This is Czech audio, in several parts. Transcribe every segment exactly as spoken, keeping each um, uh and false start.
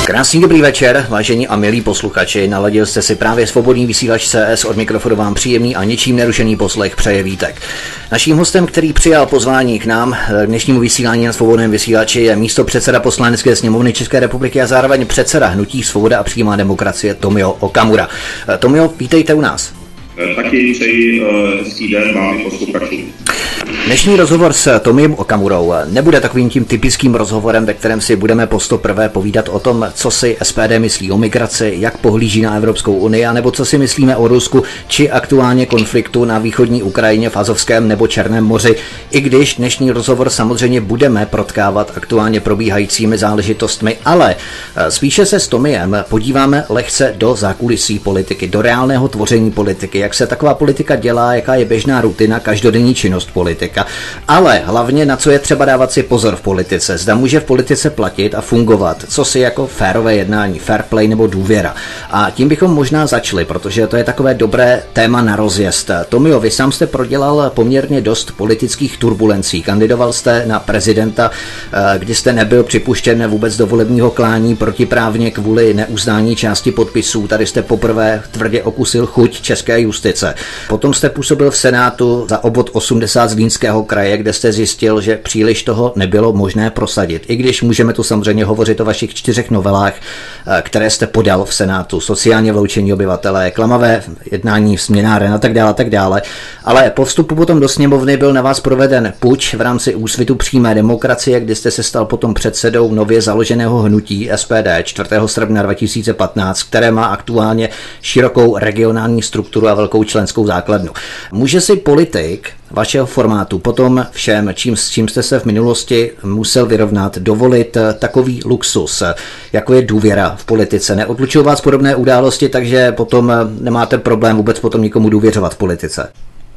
Krásný dobrý večer, vážení a milí posluchači. Naladil jste si právě svobodný vysílač C S, od mikrofonu vám příjemný a ničím nerušený poslech přeje Vítek. Naším hostem, který přijal pozvání k nám k dnešnímu vysílání na svobodném vysílači, je místopředseda Poslanecké sněmovny České republiky a zároveň předseda Hnutí Svoboda a přímá demokracie Tomio Okamura. Tomio, vítejte u nás. Taky přeji hezký den vám i posluchačům. Dnešní rozhovor s Tomiem Okamurou nebude takovým tím typickým rozhovorem, ve kterém si budeme postoprvé povídat o tom, co si S P D myslí o migraci, jak pohlíží na Evropskou unii, anebo co si myslíme o Rusku, či aktuálně konfliktu na východní Ukrajině, v Azovském nebo Černém moři, i když dnešní rozhovor samozřejmě budeme protkávat aktuálně probíhajícími záležitostmi, ale spíše se s Tomiem podíváme lehce do zákulisí politiky, do reálného tvoření politiky, jak se taková politika dělá, jaká je běžná rutina, každodenní činnost politika, ale hlavně na co je třeba dávat si pozor v politice. Zda může v politice platit a fungovat, co si jako férové jednání, fair play nebo důvěra. A tím bychom možná začali, protože to je takové dobré téma na rozjezd. Tomio, vy sám jste prodělal poměrně dost politických turbulencí. Kandidoval jste na prezidenta, kdy jste nebyl připuštěn vůbec do volebního klání protiprávně kvůli neuznání části podpisů. Tady jste poprvé tvrdě okusil chuť české justice. Potom jste působil v Senátu za obvod osmdesát Zlínského kraje, kde jste zjistil, že příliš toho nebylo možné prosadit. I když můžeme tu samozřejmě hovořit o vašich čtyřech novelách, které jste podal v Senátu, sociálně vyloučení obyvatelé, klamavé jednání směnáren a tak dále, a tak dále. Ale po vstupu potom do sněmovny byl na vás proveden puč v rámci Úsvitu přímé demokracie, kdy jste se stal potom předsedou nově založeného hnutí S P D čtvrtého srpna dva tisíce patnáct, které má aktuálně širokou regionální strukturu a velkou členskou základnu. Může si politik vašeho formátu potom všem, čím, s čím jste se v minulosti musel vyrovnat, dovolit takový luxus, jako je důvěra v politice? Neodlučují vás podobné události, takže potom nemáte problém vůbec potom nikomu důvěřovat v politice?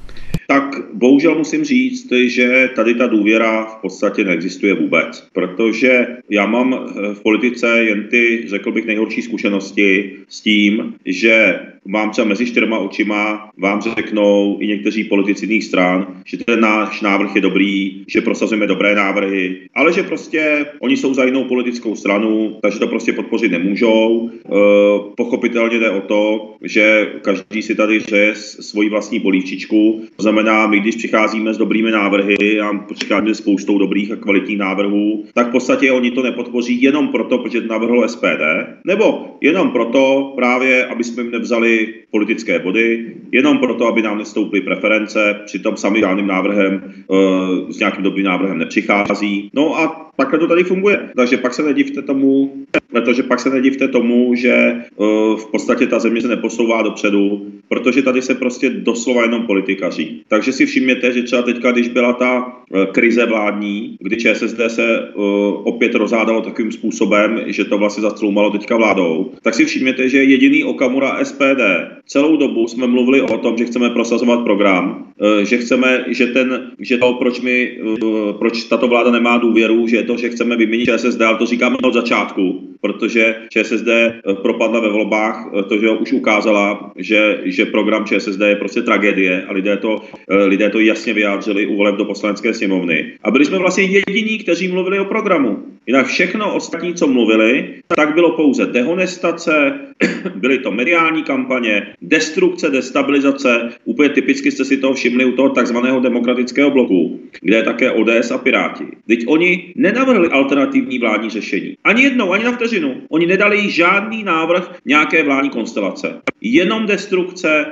Tak bohužel musím říct, že tady ta důvěra v podstatě neexistuje vůbec, protože já mám v politice jen ty, řekl bych, nejhorší zkušenosti s tím, že vám třeba mezi čtyřma očima vám řeknou i někteří politici jiných stran, že ten náš návrh je dobrý, že prosazujeme dobré návrhy, ale že prostě oni jsou za jinou politickou stranu, takže to prostě podpořit nemůžou. E, pochopitelně jde o to, že každý si tady hřeje svoji vlastní polívčičku. To znamená, my když přicházíme s dobrými návrhy a přicházíme s spoustou dobrých a kvalitních návrhů, tak v podstatě oni to nepodpoří jenom proto, protože to navrhlo S P D, nebo jenom proto právě, aby jsme jim nevzali politické body, jenom proto, aby nám nestouply preference, přitom sami žádným návrhem, s nějakým dobrým návrhem nepřichází. No a takhle to tady funguje. Takže pak se nedivte tomu, protože pak se nedivte tomu, že v podstatě ta země se neposouvá dopředu, protože tady se prostě doslova jenom politikaří. Takže si všimněte, že třeba teďka, když byla ta krize vládní, kdy ČSSD se opět rozhádalo takovým způsobem, že to vlastně zastloumalo teďka vládou, tak si všimněte, že jediný Okamura S P D. Celou dobu jsme mluvili o tom, že chceme prosazovat program, že chceme, že ten, že to, proč my, proč tato vláda nemá důvěru, že je to, že chceme vyměnit ČSSD, ale to říkáme od začátku, protože ČSSD propadla ve volbách, to, že už ukázala, že, že program ČSSD je prostě tragédie a lidé to, lidé to jasně vyjádřili u voleb do Poslanecké sněmovny. A byli jsme vlastně jediní, kteří mluvili o programu. Jinak všechno ostatní, co mluvili, tak bylo pouze dehonestace, byly to mediální kampaně, destrukce, destabilizace. Úplně typicky jste si toho všimli u toho takzvaného demokratického bloku, kde je také O D S a Piráti. Teď oni nenavrhli alternativní vládní řešení. Ani jednou, ani na vteřinu. Oni nedali žádný návrh nějaké vládní konstelace. Jenom destrukce,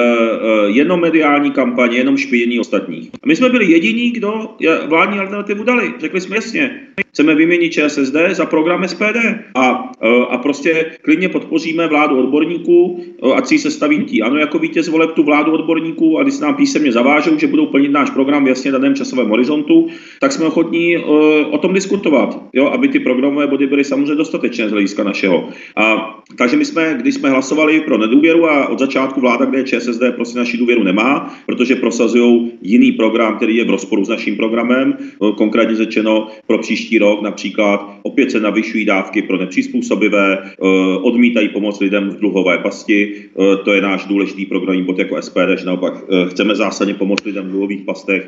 jenom mediální kampaně, jenom špínění ostatních. A my jsme byli jediní, kdo vládní alternativu dali. Řekli jsme jasně, chceme vyměnit ČSSD za program S P D a, a prostě klidně podpoříme vládu odborníků, ať si sestaví hnutí ANO jako vítěz voleb tu vládu odborníků, a když se nám písemně zavážou, že budou plnit náš program v jasně daném časovém horizontu, tak jsme ochotní uh, o tom diskutovat, jo, aby ty programové body byly samozřejmě dostatečné z hlediska našeho. A takže my jsme, když jsme hlasovali pro nedůvěru a od začátku vláda, kde je ČSSD, prostě naši důvěru nemá, protože prosazují jiný program, který je v rozporu s naším programem, konkrétně řečeno pro příští rok například opět se navyšují dávky pro nepřizpůsobivé, odmítají pomoc lidem v dluhové pasti, to je náš důležitý programový bod jako S P D, že naopak chceme zásadně pomoct lidem v dluhových pastech,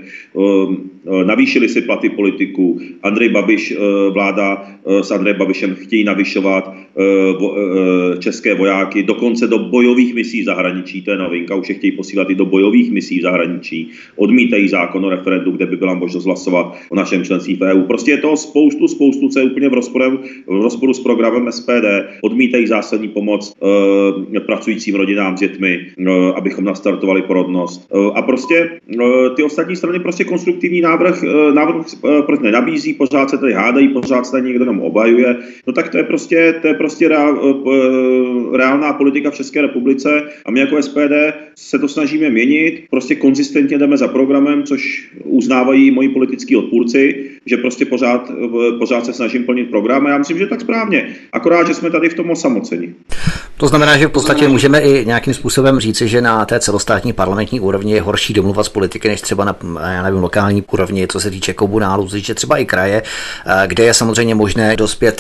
navýšili si platy politiků, Andrej Babiš, vláda s Andrejem Babišem chtějí navyšovat české vojáky, dokonce do bojových misí v zahraničí, to je novinka, už je chtějí posílat i do bojových misí v zahraničí, odmítají zákon o referendu, kde by byla možnost hlasovat o našem členství v E U. Prostě je toho spoustu, spoustu, co je úplně v rozporu, v rozporu s programem S P D, odmítají zásadní pomoc e, pracujícím rodinám s dětmi, e, abychom nastartovali porodnost. E, a prostě e, ty ostatní strany prostě konstruktivní návrh, e, návrh e, prostě nenabízí, pořád se tady hádají, pořád se tady někdo nám obhajuje. No tak to je prostě, to je prostě reál, e, reálná politika v České republice a my jako S P D se to snažíme měnit, prostě konzistentně jdeme za programem, což uznávají moji politický odpůrci, že prostě pořád, pořád se snažím plnit program a já myslím, že tak správně. Akorát, že jsme tady v tom osamoceni. To znamená, že v podstatě můžeme i nějakým způsobem říci, že na té celostátní parlamentní úrovni je horší domluva z politiky, než třeba na, já nevím, lokální úrovni, co se týče komunálu, co se týče třeba i kraje, kde je samozřejmě možné dospět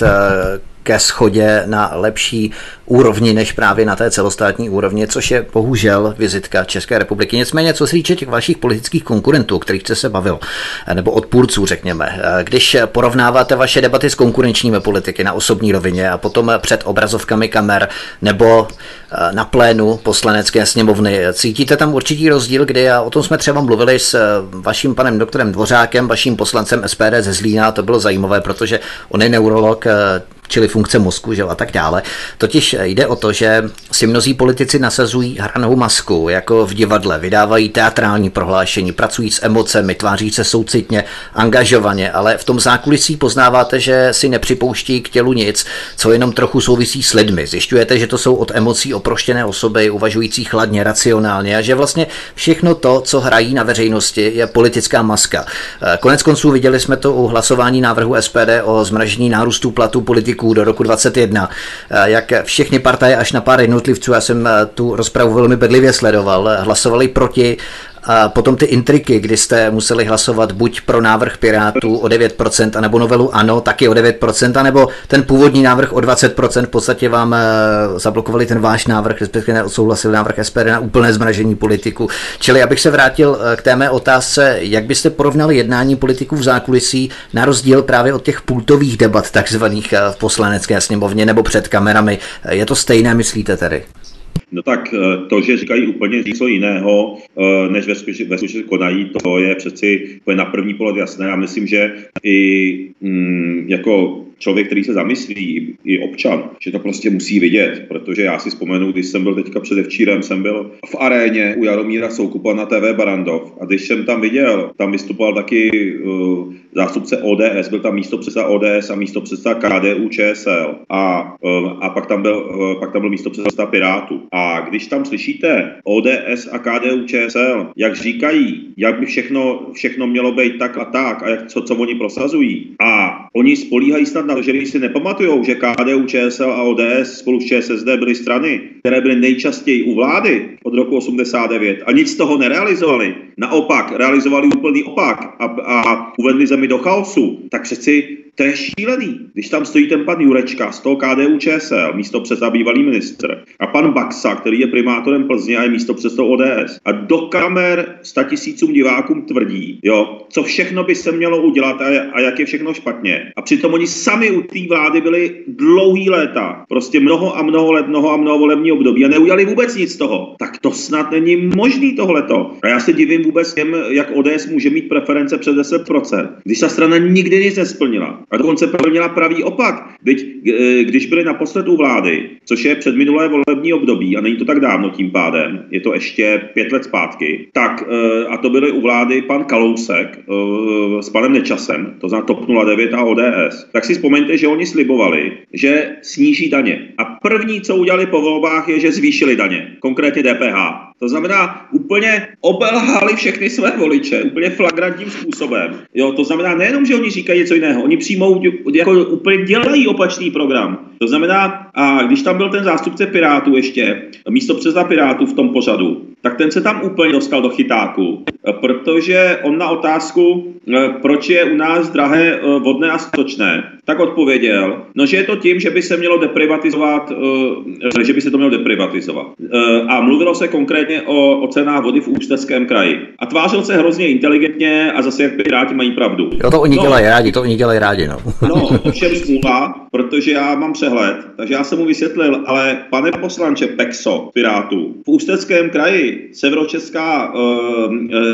ke shodě na lepší úrovni než právě na té celostátní úrovni, což je bohužel vizitka České republiky. Nicméně, co se týče těch vašich politických konkurentů, o kterých jste se bavil, nebo odpůrců, řekněme, když porovnáváte vaše debaty s konkurenčními politiky na osobní rovině a potom před obrazovkami kamer nebo na plénu Poslanecké sněmovny, cítíte tam určitý rozdíl, kdy, a o tom jsme třeba mluvili s vaším panem doktorem Dvořákem, vaším poslancem S P D ze Zlína, to bylo zajímavé, protože on je neurolog, čili funkce mozku, že a tak dále. Totiž jde o to, že si mnozí politici nasazují hranou masku, jako v divadle, vydávají teatrální prohlášení, pracují s emocemi, tváří se soucitně, angažovaně, ale v tom zákulisí poznáváte, že si nepřipouští k tělu nic, co jenom trochu souvisí s lidmi. Zjišťujete, že to jsou od emocí oproštěné osoby, uvažující chladně, racionálně a že vlastně všechno to, co hrají na veřejnosti, je politická maska. Konec konců viděli jsme to u hlasování návrhu S P D o zmražení nárůstu platů politiků do roku dvacet jedna, jak všechny partaje až na pár jednotlivců, já jsem tu rozpravu velmi bedlivě sledoval, hlasovali proti. A potom ty intriky, kdy jste museli hlasovat buď pro návrh Pirátů o devět procent, anebo novelu ANO taky o devět procent, anebo ten původní návrh o dvacet procent, v podstatě vám zablokovali ten váš návrh, respektive odsouhlasili návrh S P D na úplné zmražení politiků. Čili abych se vrátil k té mé otázce, jak byste porovnali jednání politiků v zákulisí na rozdíl právě od těch pultových debat takzvaných v Poslanecké sněmovně nebo před kamerami. Je to stejné, myslíte tedy? No tak to, že říkají úplně něco jiného, než ve skutečnosti konají, to je přeci to je na první pohled jasné. Já myslím, že i mm, jako člověk, který se zamyslí, i občan, že to prostě musí vidět, protože já si vzpomenu, když jsem byl teďka předevčírem, jsem byl v aréně u Jaromíra Soukupa na T V Barrandov a když jsem tam viděl, tam vystupoval taky uh, zástupce O D S, byl tam místopředseda O D S a místopředseda K D U Č S L a, uh, a pak tam byl, uh, pak tam byl místopředseda Pirátů. A když tam slyšíte O D S a K D U Č S L, jak říkají, jak by všechno, všechno mělo být tak a tak a jak, co, co oni prosazují a oni spolíhají snad na to, že když si nepamatujou, že K D U Č S L a O D S spolu s Č S S D byly strany, které byly nejčastěji u vlády od roku osmdesát devět a nic z toho nerealizovali, naopak realizovali úplný opak a, a uvedli zemi do chaosu, tak přeci to je šílený. Když tam stojí ten pan Jurečka z toho K D U Č S L, místo předseda bývalý ministr, a pan Baxa, který je primátorem Plzně a je místo předsedou O D S, a do kamer statisícům divákům tvrdí, jo, co všechno by se mělo udělat a, a jak je všechno špatně. A přitom oni sami u té vlády byli dlouhý léta, prostě mnoho a mnoho let, mnoho a mnoho volební období a neudělali vůbec nic z toho. Tak to snad není možný tohleto. A já se divím vůbec těm, jak O D S může mít preference přes deset procent, když ta strana nikdy nic nesplnila. A dokonce plnila pravý opak. Teď, když byli naposled u vlády, což je předminulé volební období, a není to tak dávno tím pádem, je to ještě pět let zpátky, tak, a to byli u vlády pan Kalousek s panem Nečasem, to znamená TOP nula devět a O D S, tak si vzpomeňte, že oni slibovali, že sníží daně. A první, co udělali po volbách, je, že zvýšili daně, konkrétně D P H. To znamená, úplně obelhali všechny své voliče, úplně flagrantním způsobem. Jo, to znamená nejenom, že oni říkají něco jiného, oni přímo jako úplně dělají opačný program. To znamená, a když tam byl ten zástupce Pirátů ještě, místo předseda Pirátů v tom pořadu, tak ten se tam úplně dostal do chytáku. protože on na otázku, proč je u nás drahé vodné a stočné, tak odpověděl, no, že je to tím, že by se mělo deprivatizovat, že by se to mělo deprivatizovat. A mluvilo se konkrétně o, o cenách vody v Ústeckém kraji. A tvářil se hrozně inteligentně a zase jak Piráti mají pravdu. Jo, to oni no, dělají rádi, to oni dělají rádi, no. No, ovšem smůla, protože já mám přehled, takže já jsem mu vysvětlil, ale pane poslanče Pexo, Pirátů, v Ústeckém kraji severočeská, uh,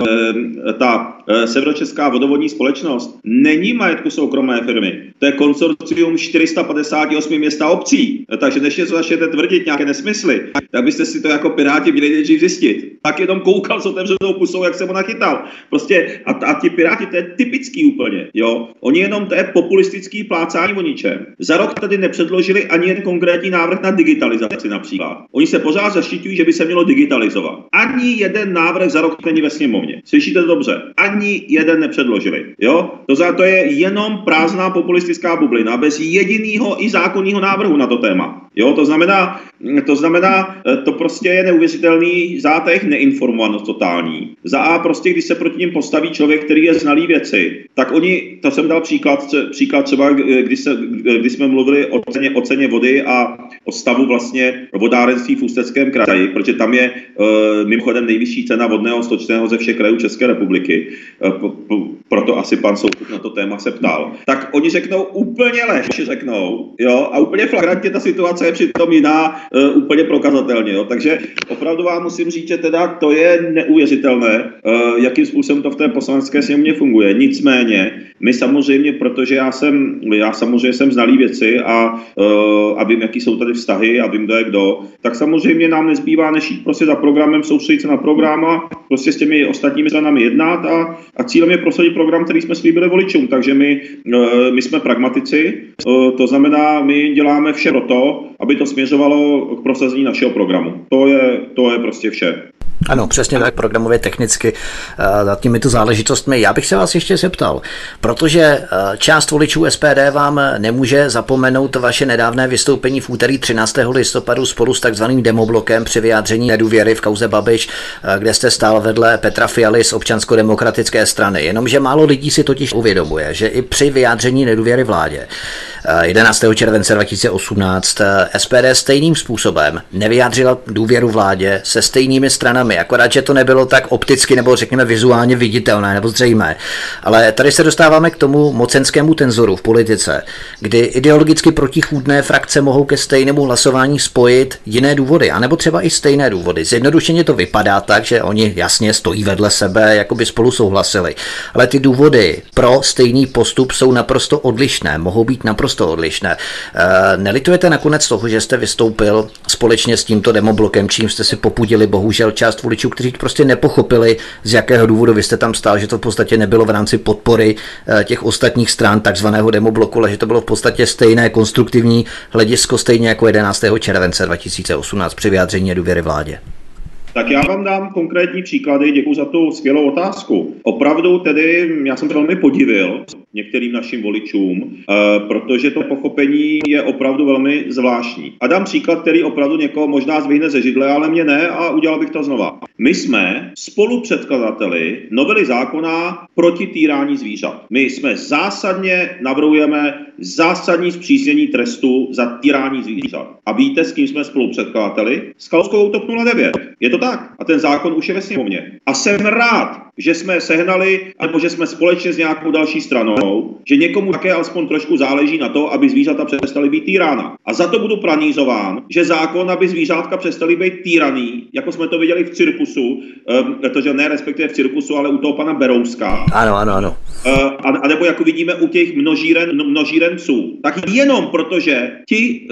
uh, ta uh, severočeská vodovodní společnost není majetku soukromé firmy. To je konsorcium čtyři sta padesát osm měst a obcí. Takže než něco začnete tvrdit, nějaké nesmysly, tak byste si to jako Piráti měli nejdřív zjistit. Tak jenom koukal s otevřenou pusou, jak jsem ho nachytal. Prostě a, a ti Piráti, to je typický úplně, jo. Oni jenom, to je populistický plácání o ničem. Za rok tady nepředložili ani jeden konkrétní návrh na digitalizaci například. Oni se pořád zaštiťují, že by se mělo digitalizovat. Ani jeden návrh za rok není ve sněmovně. Slyšíte to dobře? Ani jeden nepředložili, jo. To za to je jenom prázdná populistická bublina bez jediného i zákonného návrhu na to téma. Jo, to znamená, to znamená, to prostě je neuvěřitelný záteh, neinformovanost totální. Za A prostě, když se proti nim postaví člověk, který je znalý věci, tak oni, to jsem dal příklad, příklad třeba, když, se, když jsme mluvili o ceně, o ceně vody a o stavu vlastně vodárenství v Ústeckém kraji, protože tam je uh, mimochodem nejvyšší cena vodného stočného ze všech krajů České republiky, uh, proto asi pan Soukup na to téma se ptal. Tak oni řeknou úplně lež, řeknou, jo, a úplně flagrantně ta situace je přitom jiná, uh, úplně prokazatelně, jo. Takže opravdu vám musím říct, že teda to je neuvěřitelné, uh, jakým způsobem to v té poslanecké sněmovně funguje. Nicméně, my samozřejmě, protože já jsem, já samozřejmě jsem znalý věci a, uh, a vím, jaký jsou tady vztahy a vím, kdo je kdo, tak samozřejmě nám nezbývá, než jít prostě za programem, soustředit se na program a prostě s těmi ostatními stranami jednat a, a cílem je prosadit program, který jsme slíbili voličům. Takže my, uh, my jsme pragmatici, uh, to znamená, my děláme vše pro to, aby to směřovalo k prosazení našeho programu. To je, to je prostě vše. Ano, přesně tak, programově technicky nad těmito záležitostmi. Já bych se vás ještě zeptal, protože část voličů S P D vám nemůže zapomenout vaše nedávné vystoupení v úterý třináctého listopadu spolu s takzvaným demoblokem při vyjádření nedůvěry v kauze Babiš, kde jste stál vedle Petra Fialy z Občansko-demokratické strany. Jenomže málo lidí si totiž uvědomuje, že i při vyjádření nedůvěry vládě jedenáctého července dva tisíce osmnáct S P D stejným způsobem nevyjádřila důvěru vládě se stejnými stranami, akorát, že to nebylo tak opticky nebo řekněme vizuálně viditelné nebo zřejmé. Ale tady se dostáváme k tomu mocenskému tenzoru v politice, kdy ideologicky protichůdné frakce mohou ke stejnému hlasování spojit jiné důvody, anebo třeba i stejné důvody. Zjednodušeně to vypadá tak, že oni jasně stojí vedle sebe, jako by spolu souhlasili. Ale ty důvody pro stejný postup jsou naprosto odlišné, mohou být naprosto odlišné. E, nelitujete nakonec toho, že jste vystoupil společně s tímto demoblokem, čím jste si popudili bohužel část voličů, kteří prostě nepochopili, z jakého důvodu vy jste tam stál, že to v podstatě nebylo v rámci podpory těch ostatních stran takzvaného demobloku, ale že to bylo v podstatě stejné konstruktivní hledisko, stejně jako jedenáctého července dva tisíce osmnáct při vyjádření nedůvěry vládě. Tak já vám dám konkrétní příklady, děkuji za tu skvělou otázku. Opravdu tedy, já jsem to velmi podivil některým našim voličům, protože to pochopení je opravdu velmi zvláštní. A dám příklad, který opravdu někoho možná zvihne ze židle, ale mě ne a udělal bych to znova. My jsme spolupředkladateli novely zákona proti týrání zvířat. My jsme zásadně navrhujeme zásadní zpřísnění trestu za týrání zvířat. A víte, s kým jsme spolupředkladateli? S Kalouskovou TOP nula devět. Je to tak. A ten zákon už je ve sněmovně. A jsem rád, že jsme sehnali, nebo že jsme společně s nějakou další stranou, že někomu také alespoň trošku záleží na to, aby zvířata přestaly být týrána. A za to budu pranířován, že zákon, aby zvířátka přestaly být týraný, jako jsme to viděli v cirkusu, protože ne respektive v cirkusu, ale u toho pana Berouska. Ano, ano, ano. A, a nebo jako vidíme u těch množíren, množíren psů. Tak jenom protože ti,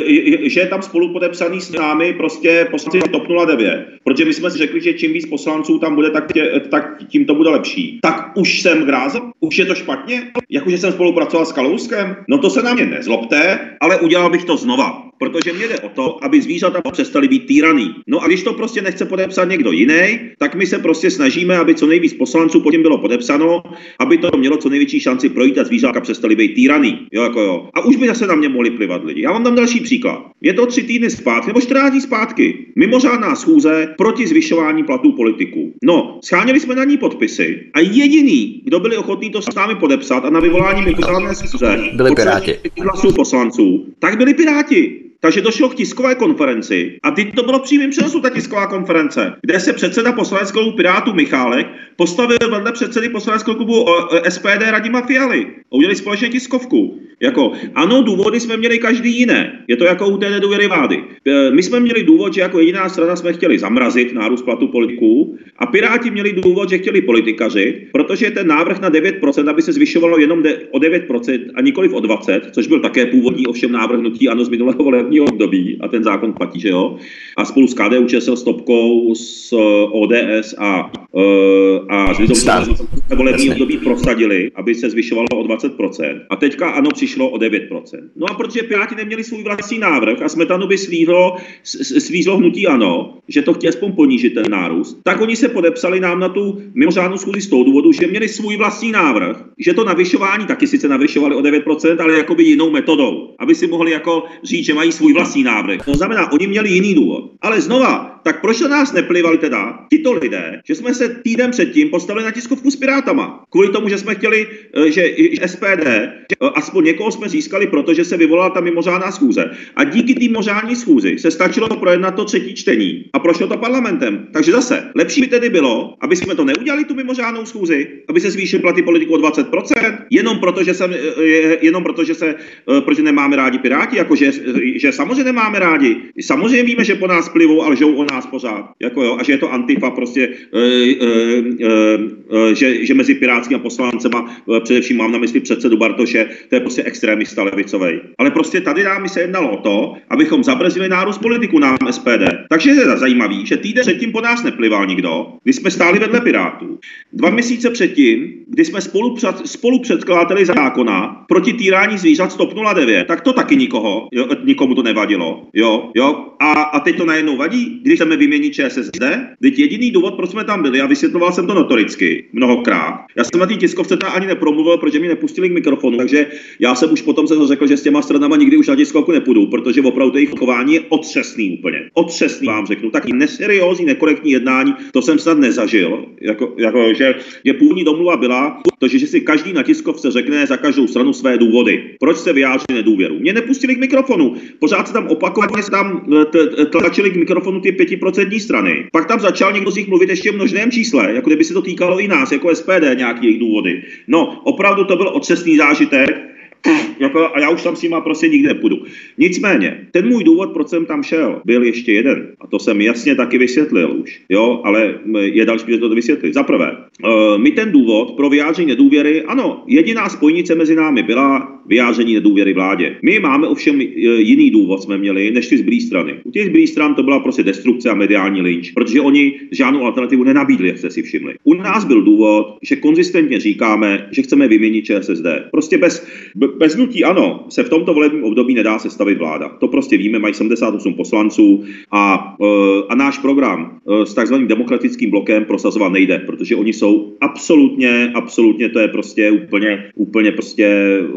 že je tam spolu podepsaný s námi prostě poslanci TOP nula devět, protože my jsme si řekli, že čím víc poslanců tam bude, tak, tě, tak tím to bude lepší. Tak už jsem grázl? Už je to špatně? Jakože jsem spolupracoval s Kalouskem? No to se na mě nezlobte, ale udělal bych to znova. protože mě jde o to, aby zvířata přestali být týraný. No a když to prostě nechce podepsat někdo jiný, tak my se prostě snažíme, aby co nejvíc poslanců pod tím bylo podepsáno, aby to mělo co největší šanci projít a zvířátka přestali být týraný. Jo, jako jo. A už by zase na mě mohli plivat lidi. Já vám dám další příklad. Je to tři týdny zpátky nebo čtrnáct dní zpátky. Mimořádná schůze proti zvyšování platů politiků. No, scháněli jsme na ní podpisy a jediný, kdo byli ochotní to s námi podepsat a na vyvolání mimořádné schůze byli Piráti. Hlasů poslanců, tak byli Piráti. Takže došlo k tiskové konferenci a teď to bylo v přímém přenosu ta tisková konference, kde se předseda poslaneckého klubu Pirátů Michálek postavil vedle předsedy poslaneckého klubu S P D Radima Fialy a udělali společně tiskovku. Jako, ano, důvody jsme měli každý jiné. Je to jako u té nedůvěry vlády. My jsme měli důvod, že jako jediná strana jsme chtěli zamrazit nárůst platů politiků a Piráti měli důvod, že chtěli politikařit, protože ten návrh na devět procent, aby se zvyšovalo jenom o devět procent a nikoliv o dvacet procent, což byl také původní ovšem návrh hnutí ANO z minulého volebního období a ten zákon platí, že jo. A spolu s K D U Č S L, s Topkou, s O D S a, a s Lidovou volební období prosadili, aby se zvyšovalo o dvacet procent. A teďka ANO přišlo o devět procent. No a protože Piráti neměli svůj vlastní návrh a Smetanu by svízlo, svízlo hnutí ANO, že to chtějí aspoň ponížit ten nárůst, tak oni se podepsali nám na tu mimořádnou schůzi z toho důvodu, že měli svůj vlastní návrh, že to navyšování taky sice navyšovali o devět procent, ale jakoby jinou metodou, aby si mohli jako říct, že mají svůj vlastní návrh. To znamená, oni měli jiný důvod. Ale znova, tak proč na nás neplivali teda tito lidé, že jsme se týden předtím postavili na tiskovku s Pirátama? Kvůli tomu, že jsme chtěli, že S P D, že aspoň někoho jsme získali, protože se vyvolala ta mimořádná schůze. A díky té mimořádné schůzi se stačilo projednat to třetí čtení a prošlo to parlamentem. Takže zase, lepší by tedy bylo, aby jsme to neudělali, tu mimořádnou schůzi, aby se zvýšily platy politiků o dvacet procent, jenom protože se, jenom protože se, protože nemáme rádi Piráti, jakože, že samozřejmě nemáme rádi. Samozřejmě víme, že po nás plivou a lžou o nás pořád. Jako jo, a že je to Antifa prostě, e, e, e, že, že mezi pirátskými poslancema, e, především mám na mysli předsedu Bartoše, to je prostě extrémista levicovej. Ale prostě tady nám se jednalo o to, abychom zabrzdili nárůst politiků nám S P D. Takže je zajímavý, že týden předtím po nás neplival nikdo, když jsme stáli vedle Pirátů. Dva měsíce předtím, kdy jsme spolu, spolu předkladateli zákona proti týrání zvířat stop nula devět, tak to taky nikoho, jo, nikomu to nevadilo. Jo, jo. A, a teď to najednou vadí, když chceme vyměnit Č S S D. Teď jediný důvod, proč jsme tam byli, a vysvětloval jsem to notoricky mnohokrát. Já jsem na té tiskovce tam ani nepromluvil, protože mi nepustili k mikrofonu, takže já jsem už potom se řekl, že s těma stranama nikdy už na tiskovku nepůjdu, protože opravdu jejich chování je otřesný úplně. Otřesný vám řeknu. Taky neseriózní, nekorektní jednání, to jsem snad nezažil. Jako, jako že, že původní domluva byla, to, že si každý na tiskovce řekne za každou stranu své důvody. Proč se vyjádří nedůvěru? Mě nepustili k mikrofonu. Pořád se tam opakovaně tam tlačili k mikrofonu ty pětiprocentní strany. Pak tam začal někdo z nich mluvit ještě v množném čísle, jako kdyby se to týkalo i nás, jako S P D, nějaký jejich důvody. No, opravdu to byl otřesný zážitek. Jako, a já už tam s nima prostě nikdy nepůjdu. Nicméně, ten můj důvod, proč jsem tam šel, byl ještě jeden. A to jsem jasně taky vysvětlil už. Jo, ale je další, že to vysvětlit. Za prvé, uh, my ten důvod pro vyjádření nedůvěry, ano, jediná spojnice mezi námi byla vyjádření nedůvěry vládě. My máme ovšem jiný důvod, jsme měli, než ty zbylý strany. U těch zbylých stran to byla prostě destrukce a mediální lynč, protože oni žádnou alternativu nenabídli, jak jste si všimli. U nás byl důvod, že konzistentně říkáme, že chceme vyměnit Č S S D. Prostě bez, bez hnutí ANO se v tomto volebním období nedá sestavit vláda. To prostě víme, mají sedmdesát osm poslanců a, a náš program s takzvaným demokratickým blokem prosazovat nejde, protože oni jsou absolutně, absolutně, to je prostě úplně, úplně prostě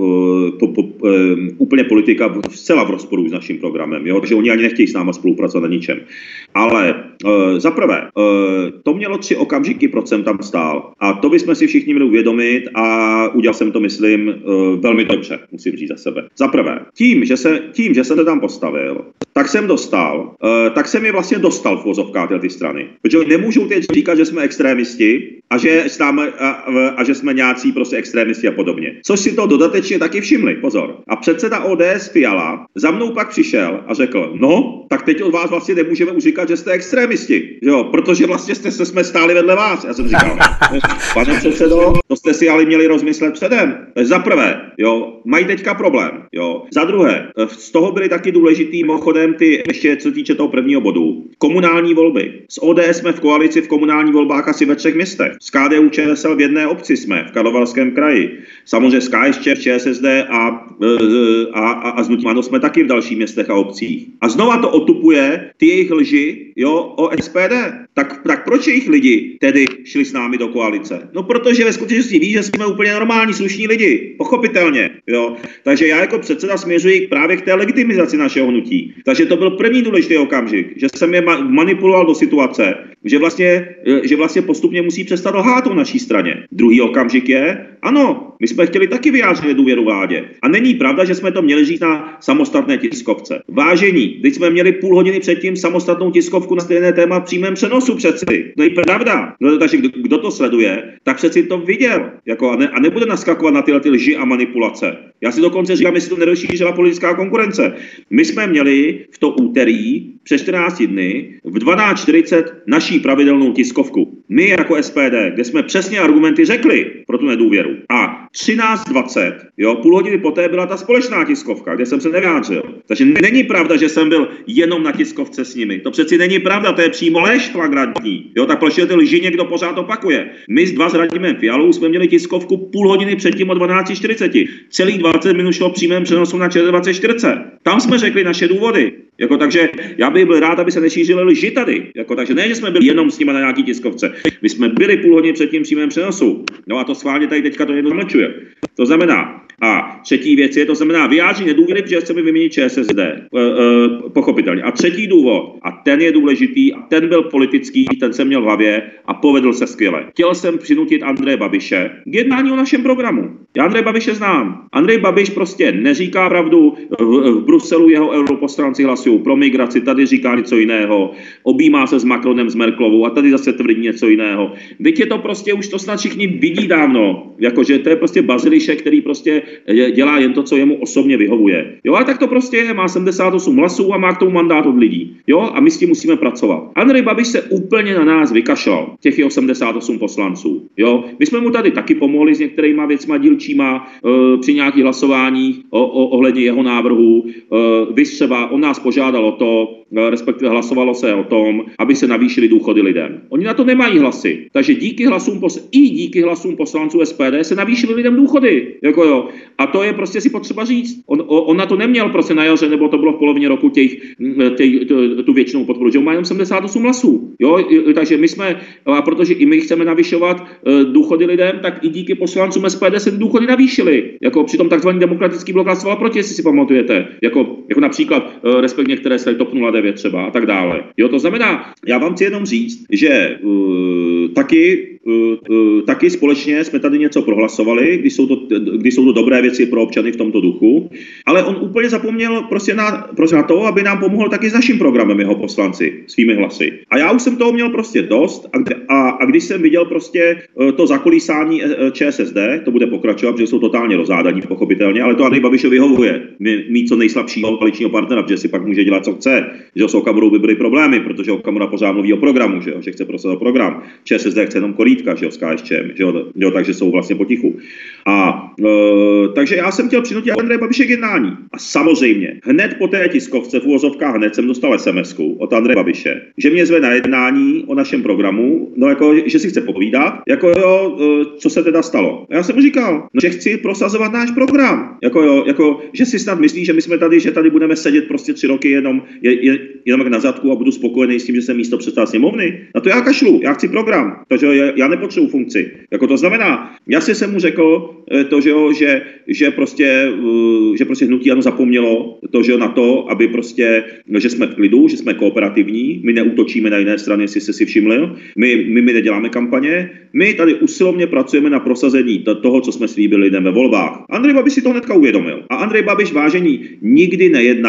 Po, po, um, úplně politika zcela v rozporu s naším programem, jo? Takže oni ani nechtějí s náma spolupracovat na ničem. Ale uh, za prvé, uh, to mělo tři okamžiky, proč jsem tam stál. A to bychom si všichni měli uvědomit a udělal jsem to, myslím, uh, velmi dobře, musím říct za sebe. Za prvé, tím, že se, tím, že jsem to tam postavil, tak jsem dostal, uh, tak jsem je vlastně dostal v vozovkách ty strany. Protože oni nemůžou teď říkat, že jsme extrémisti a že, stáme, a, a že jsme nějací prostě extrémisti a podobně. Což si to dodatečně taky všimli, pozor. A předseda O D S Fiala za mnou pak přišel a řekl, no, tak teď od vás vlastně nemůžeme už říkat, že jste extrémisti, jo, protože vlastně jste, se jsme stáli vedle vás. Já jsem říkal, pane předsedo, to jste si ale měli rozmyslet předem. To je za prvé, jo, mají teďka problém. Jo. Za druhé, z toho byly taky důležitý mimochodem ty, ještě co týče toho prvního bodu, komunální volby. S O D S jsme v koalici v komunální volbách asi ve třech městech. S K D U Č S L v jedné obci jsme, v Karlovarském kraji. Samozřejmě s K S Č, Č S S D a, a, a, a s hnutím ANO jsme taky v dalších městech a obcích. A znova to otupuje ty jejich lži, jo, o S P D. Tak, tak proč jejich lidi tedy šli s námi do koalice? No protože ve skutečnosti ví, že jsme úplně normální, slušní lidi. Pochopitelně, jo. Takže já jako předseda směřuji právě k té legitimizaci našeho hnutí. Takže to byl první důležitý okamžik, že jsem je manipuloval do situace, že vlastně, že vlastně postupně musí přestat lhát o naší straně. Druhý okamžik je, ano, my jsme chtěli taky vyjádřit důvěru vládě. A není pravda, že jsme to měli říct na samostatné tiskovce. Vážení, když jsme měli půl hodiny předtím samostatnou tiskovku na stejné téma v přímém přenosu přeci. To je pravda. No, takže kdo, kdo to sleduje, tak přeci to viděl. Jako, a, ne, a nebude naskakovat na tyhle ty lži a manipulace. Já si dokonce říkám, jestli to nerozšířila politická konkurence. My jsme měli v to úterý přes čtrnáct dny v dvanáct čtyřicet naší pravidelnou tiskovku. My jako S P D, kde jsme přesně argumenty řekli pro tu nedůvěru. A třináct dvacet, jo, půl hodiny poté byla ta společná tiskovka, kde jsem se nevyjádřil. Takže není pravda, že jsem byl jenom na tiskovce s nimi. To přeci není pravda, to je přímo lež flagrantní. Jo, tak proč ty lži někdo pořád opakuje? My s dva s Radimem Fialou jsme měli tiskovku půl hodiny předtím o dvanáct čtyřicet. Celých dvacet minut šlo v přímém přenosu na ČT dvacet čtyřicet. Tam jsme řekli naše důvody. Jako, takže já bych byl rád, aby se nešířily lži tady. Jako, takže ne, že jsme byli jenom s nimi na nějaký tiskovce. My jsme byli půl hodiny před tím přímém přenosu. No a to schválně tady teďka to někdo zamlčuje. To znamená, a třetí věc je, to znamená vyjádření nedůvěry, protože chceme vyměnit Č S S D. E, e, pochopitelně. A třetí důvod, a ten je důležitý, a ten byl politický, ten jsem měl v hlavě a povedl se skvěle. Chtěl jsem přinutit Andreje Babiše k jednání o našem programu. Já Andreje Babiše znám. Andrej Babiš prostě neříká pravdu, v, v Bruselu jeho europoslanci hlasují pro migraci, tady říká něco jiného, objímá se s Macronem, s Merklovou a tady zase tvrdí něco jiného. Teď je to prostě, už to snad všichni vidí dávno, jakože to je prostě bazilišek, který prostě dělá jen to, co jemu osobně vyhovuje. Jo, a tak to prostě je, má sedmdesát osm hlasů a má k tomu mandát od lidí. Jo, a my s tím musíme pracovat. Andrej Babiš se úplně na nás vykašlal, těch je osmdesát osm poslanců. Jo, my jsme mu tady taky pomohli s některýma věcma dílčíma e, při nějakých hlasováních o, o, ohledně jeho návrhu. E, vy třeba, on nás požádal o to, respektive hlasovalo se o tom, aby se navýšily důchody lidem. Oni na to nemají hlasy. Takže díky hlasům pos- i díky hlasům poslanců S P D se navýšily lidem důchody. Jako jo. A to je prostě si potřeba říct. On, on na to neměl prostě na jaře, nebo to bylo v polovině roku těch, těch, tu většinou podporu, že on má jenom sedmdesát osm hlasů. Jo? Takže my jsme, a protože i my chceme navyšovat důchody lidem, tak i díky poslancům S P D se důchody navýšily. Jako přitom takzvaný demokratický blok hlasoval proti, jestli si pamatujete. Jako, jako například respekt některé se TOP nula devět třeba a tak dále. Jo, to znamená, já vám chci jenom říct, že uh, taky Uh, uh, taky společně jsme tady něco prohlasovali, když jsou, to, když jsou to dobré věci pro občany v tomto duchu, ale on úplně zapomněl prostě na, prostě na to, aby nám pomohl taky s naším programem jeho poslanci, svými hlasy. A já už jsem toho měl prostě dost a, a, a když jsem viděl prostě uh, to zakolísání uh, Č S S D, to bude pokračovat, protože jsou totálně rozhádaní, pochopitelně, ale to Andrej Babišovi vyhovuje mít co nejslabšího koaličního partnera, protože si pak může dělat, co chce, že s Okamurou by byly problémy, protože Okamura pořád mluví o programu, že, jo, že chce prosazovat program. Č S S D chce jenom korít, že jo, s K S Č M, že jo, jo, takže jsou vlastně potichu. A e, takže já jsem chtěl přinutit Andreje Babiše k jednání. A samozřejmě, hned po té tiskovce v uvozovkách hned jsem dostal es em esku od Andreje Babiše, že mě zve na jednání o našem programu, no jako, že si chce povídat, jako jo, e, co se teda stalo. A já jsem mu říkal, no, že chci prosazovat náš program. Jako jo, jako, že si snad myslí, že my jsme tady, že tady budeme sedět prostě tři roky jenom, je, je, jenom na zadku a budu spokojený s tím, že jsem místo předseda sněmovny. Na to já kašlu, já chci program. Takže já nepotřebuji funkci. Jako to znamená, jasně jsem mu řekl to, že, jo, že, že, prostě, že prostě hnutí ANO zapomnělo to, že jo, na to, aby prostě, že jsme v klidu, že jsme kooperativní, my neútočíme na jiné strany, jestli jste si všiml, my, my, my neděláme kampaně, my tady usilovně pracujeme na prosazení toho, co jsme slíbili lidem ve volbách. Andrej Babiš si to hnedka uvědomil. A Andrej Babiš, vážení, nikdy nejedná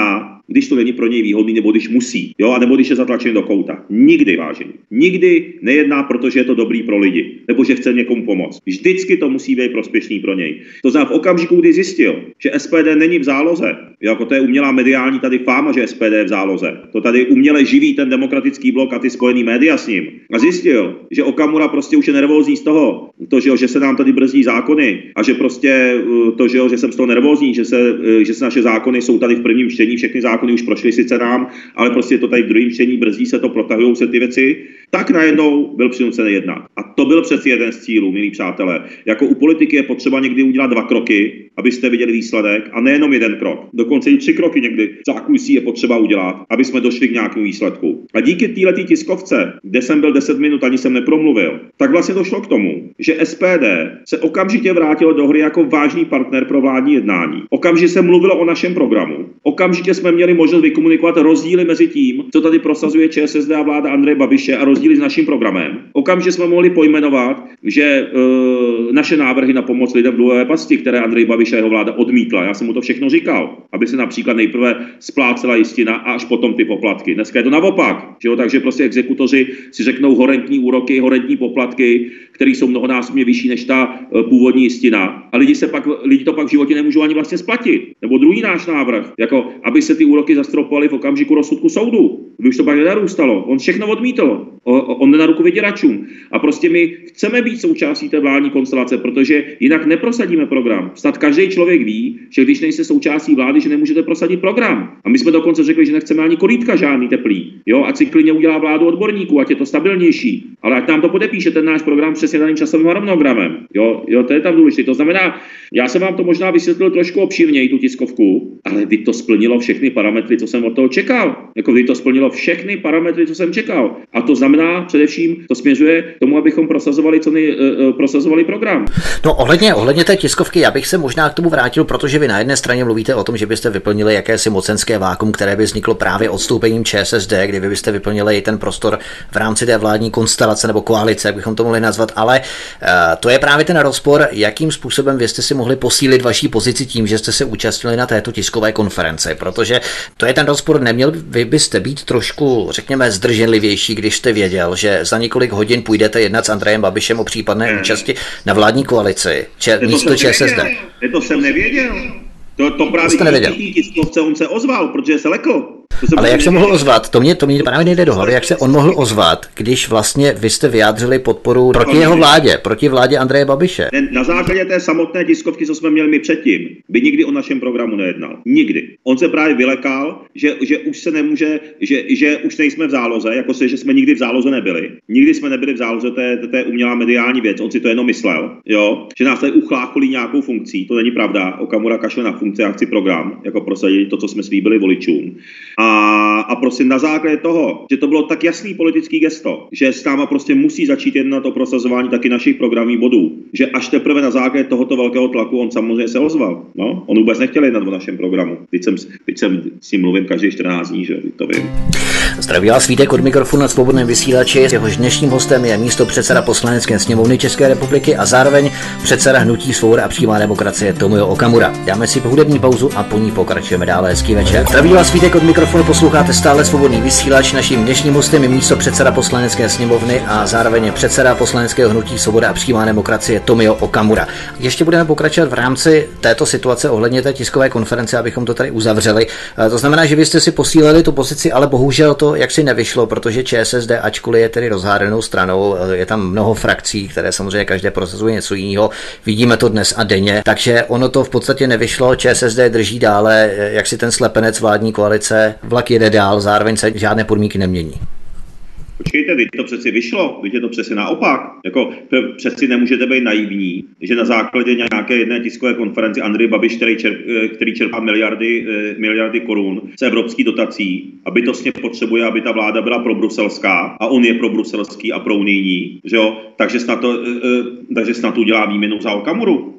když to není pro něj výhodný, nebo když musí, jo, a nebo když je zatlačený do kouta. Nikdy, vážení. Nikdy nejedná, protože je to dobrý pro lidi, nebo že chce někomu pomoct. Vždycky to musí být prospěšný pro něj. To znamená v okamžiku, kdy zjistil, že S P D není v záloze, jako to je umělá mediální tady fáma, že S P D je v záloze. To tady uměle živí ten demokratický blok a ty spojený média s ním. A zjistil, že Okamura prostě už je nervózní z toho, to, že, že se nám tady brzdí zákony a že prostě to, že, že jsem z toho nervózní, že se, že se naše zákony jsou tady v prvním čtení, všechny zákony už prošly sice nám, ale prostě to tady v druhém čtení brzdí se to, protahují se ty věci, tak najednou byl přinucen jednat. A to byl přeci jeden z cílů, milí přátelé. Jako u politiky je potřeba někdy udělat dva kroky, abyste viděli výsledek, a nejenom jeden krok. Dokonce i tři kroky někdy v zákulisí je potřeba udělat, aby jsme došli k nějakému výsledku. A díky této tiskovce, kde jsem byl deset minut, ani jsem nepromluvil, tak vlastně došlo k tomu, že S P D se okamžitě vrátilo do hry jako vážný partner pro vládní jednání. Okamžitě se mluvilo o našem programu. Okamžitě jsme měli možnost vykomunikovat rozdíly mezi tím, co tady prosazuje ČSSD a vláda Andreje Babiše, a rozdíly s naším programem. Okamžitě jsme mohli pojmenovat, že e, naše návrhy na pomoc lidem v dluhové pasti, které Andrej Babiš a jeho vláda odmítla. Já jsem mu to všechno říkal, aby se například nejprve splácela jistina a až potom ty poplatky. Dneska je to naopak, že jo? Takže prostě exekutoři si řeknou horentní úroky, horentní poplatky, které jsou mnohonásobně vyšší než ta e, původní jistina. A lidi, se pak, lidi to pak v životě nemůžou ani vlastně splatit. Nebo druhý náš návrh, jako aby se ty úroky zastropovaly v okamžiku rozsudku soudu. By už to pak nenarůstalo. On všechno odmítl. O, on jde na ruku vyděračům. A prostě my chceme být součástí té vládní konstelace, protože jinak neprosadíme program. Snad každý člověk ví, že když nejste součástí vlády, že nemůžete prosadit program. A my jsme dokonce řekli, že nechceme ani korýtka žádný teplý. Jo, ať si klidně udělá vládu odborníků, ať je to stabilnější. Ale ať nám to podepíše ten náš program přesně daným časovým harmonogramem. Jo, jo, to je tam důležité. To znamená, já jsem vám to možná vysvětlil trošku obšírněji, tu tiskovku, ale vy to splnilo všechny parametry, co jsem od toho čekal. Jako vy to splnilo všechny parametry, co jsem čekal. A to znamená především, to směřuje k tomu, abychom prosazovali co nej, uh, prosazovali program. No ohledně, ohledně té tiskovky, já bych se možná k tomu vrátil, protože vy na jedné straně mluvíte o tom, že byste vyplnili jakési mocenské vákuum, které by vzniklo právě odstoupením ČSSD, kdy vy byste vyplnili ten prostor v rámci té vládní konstelace nebo koalice, jak bychom to mohli nazvat, ale uh, to je právě ten rozpor, jakým způsobem vy jste si mohli posílit vaší pozici tím, že jste se účastnili na této tiskové konferenci, protože to je ten rozpor, neměl vy byste být trošku, řekněme, zdrženlivější, když jste věděl, že za několik hodin půjdete jednat s Andrejem Babišem o případné ne. účasti na vládní koalici, če, místo ČSSD. To jsem nevěděl. To, to právě díky tiskovce on se ozval, protože se lekl. Ale jak se mohl ozvat? To mě, to mě právě nejde do hlavy, jak se on mohl ozvat, když vlastně vy jste vyjádřili podporu proti jeho vládě, proti vládě Andreje Babiše. Na základě té samotné tiskovky, co jsme měli my předtím, by nikdy o našem programu nejednal. Nikdy. On se právě vylekal, že, že už se nemůže, že, že už nejsme v záloze, jako se, že jsme nikdy v záloze nebyli. Nikdy jsme nebyli v záloze, to je, to je umělá mediální věc, on si to jenom myslel, jo? Že nás tady uchlácholí nějakou funkcí, to není pravda. Okamura kašle na funkci, já chci program, jako prosadit to, co jsme slíbili voličům. A, a prostě na základě toho, že to bylo tak jasný politický gesto, že s náma prostě musí začít jednat o prosazování taky našich programových bodů, že až teprve na základě tohoto velkého tlaku on samozřejmě se ozval. No, on vůbec nechtěl jednat o našem programu. Teď jsem, teď jsem s ním mluvím každý čtrnáct dní, že to vím. Zdraví vás Vítek od mikrofonu na Svobodném vysílači. Jehož dnešním hostem je místopředseda Poslanecké sněmovny České republiky a zároveň předseda hnutí Svoboda a přímá demokracie Tomio Okamura. Dáme si hudební pauzu a po ní pokračujeme dále. Hezký večer. Zdraví vás Vítek od mikrofonu, posloucháte stále Svobodný vysílač. Naším dnešním hostem je místopředseda Poslanecké sněmovny a zároveň předseda Poslaneckého hnutí Svoboda a přímá demokracie Tomio Okamura. Ještě budeme pokračovat v rámci této situace ohledně té tiskové konference, abychom to tady uzavřeli. To znamená, že vy jste si posílili tu pozici, ale bohužel to jaksi nevyšlo, protože ČSSD, ačkoliv je tedy rozhádanou stranou, je tam mnoho frakcí, které samozřejmě každé prosazuje něco jiného. Vidíme to dnes a denně, takže ono to v podstatě nevyšlo. ČSSD drží dále, jak si ten slepenec vládní koalice, vlak jede dál, zároveň se žádné podmínky nemění. Počkejte, vy to přeci vyšlo, vy je to přeci naopak. Jako, přeci nemůžete být naivní, že na základě nějaké jedné tiskové konferenci Andrej Babiš, který, čerp, který čerpá miliardy, miliardy korun z evropských dotací, a bytostně potřebuje, aby ta vláda byla probruselská, a on je probruselský a prounijní, že jo? Takže snad to, takže snad udělá výměnu za Okamuru.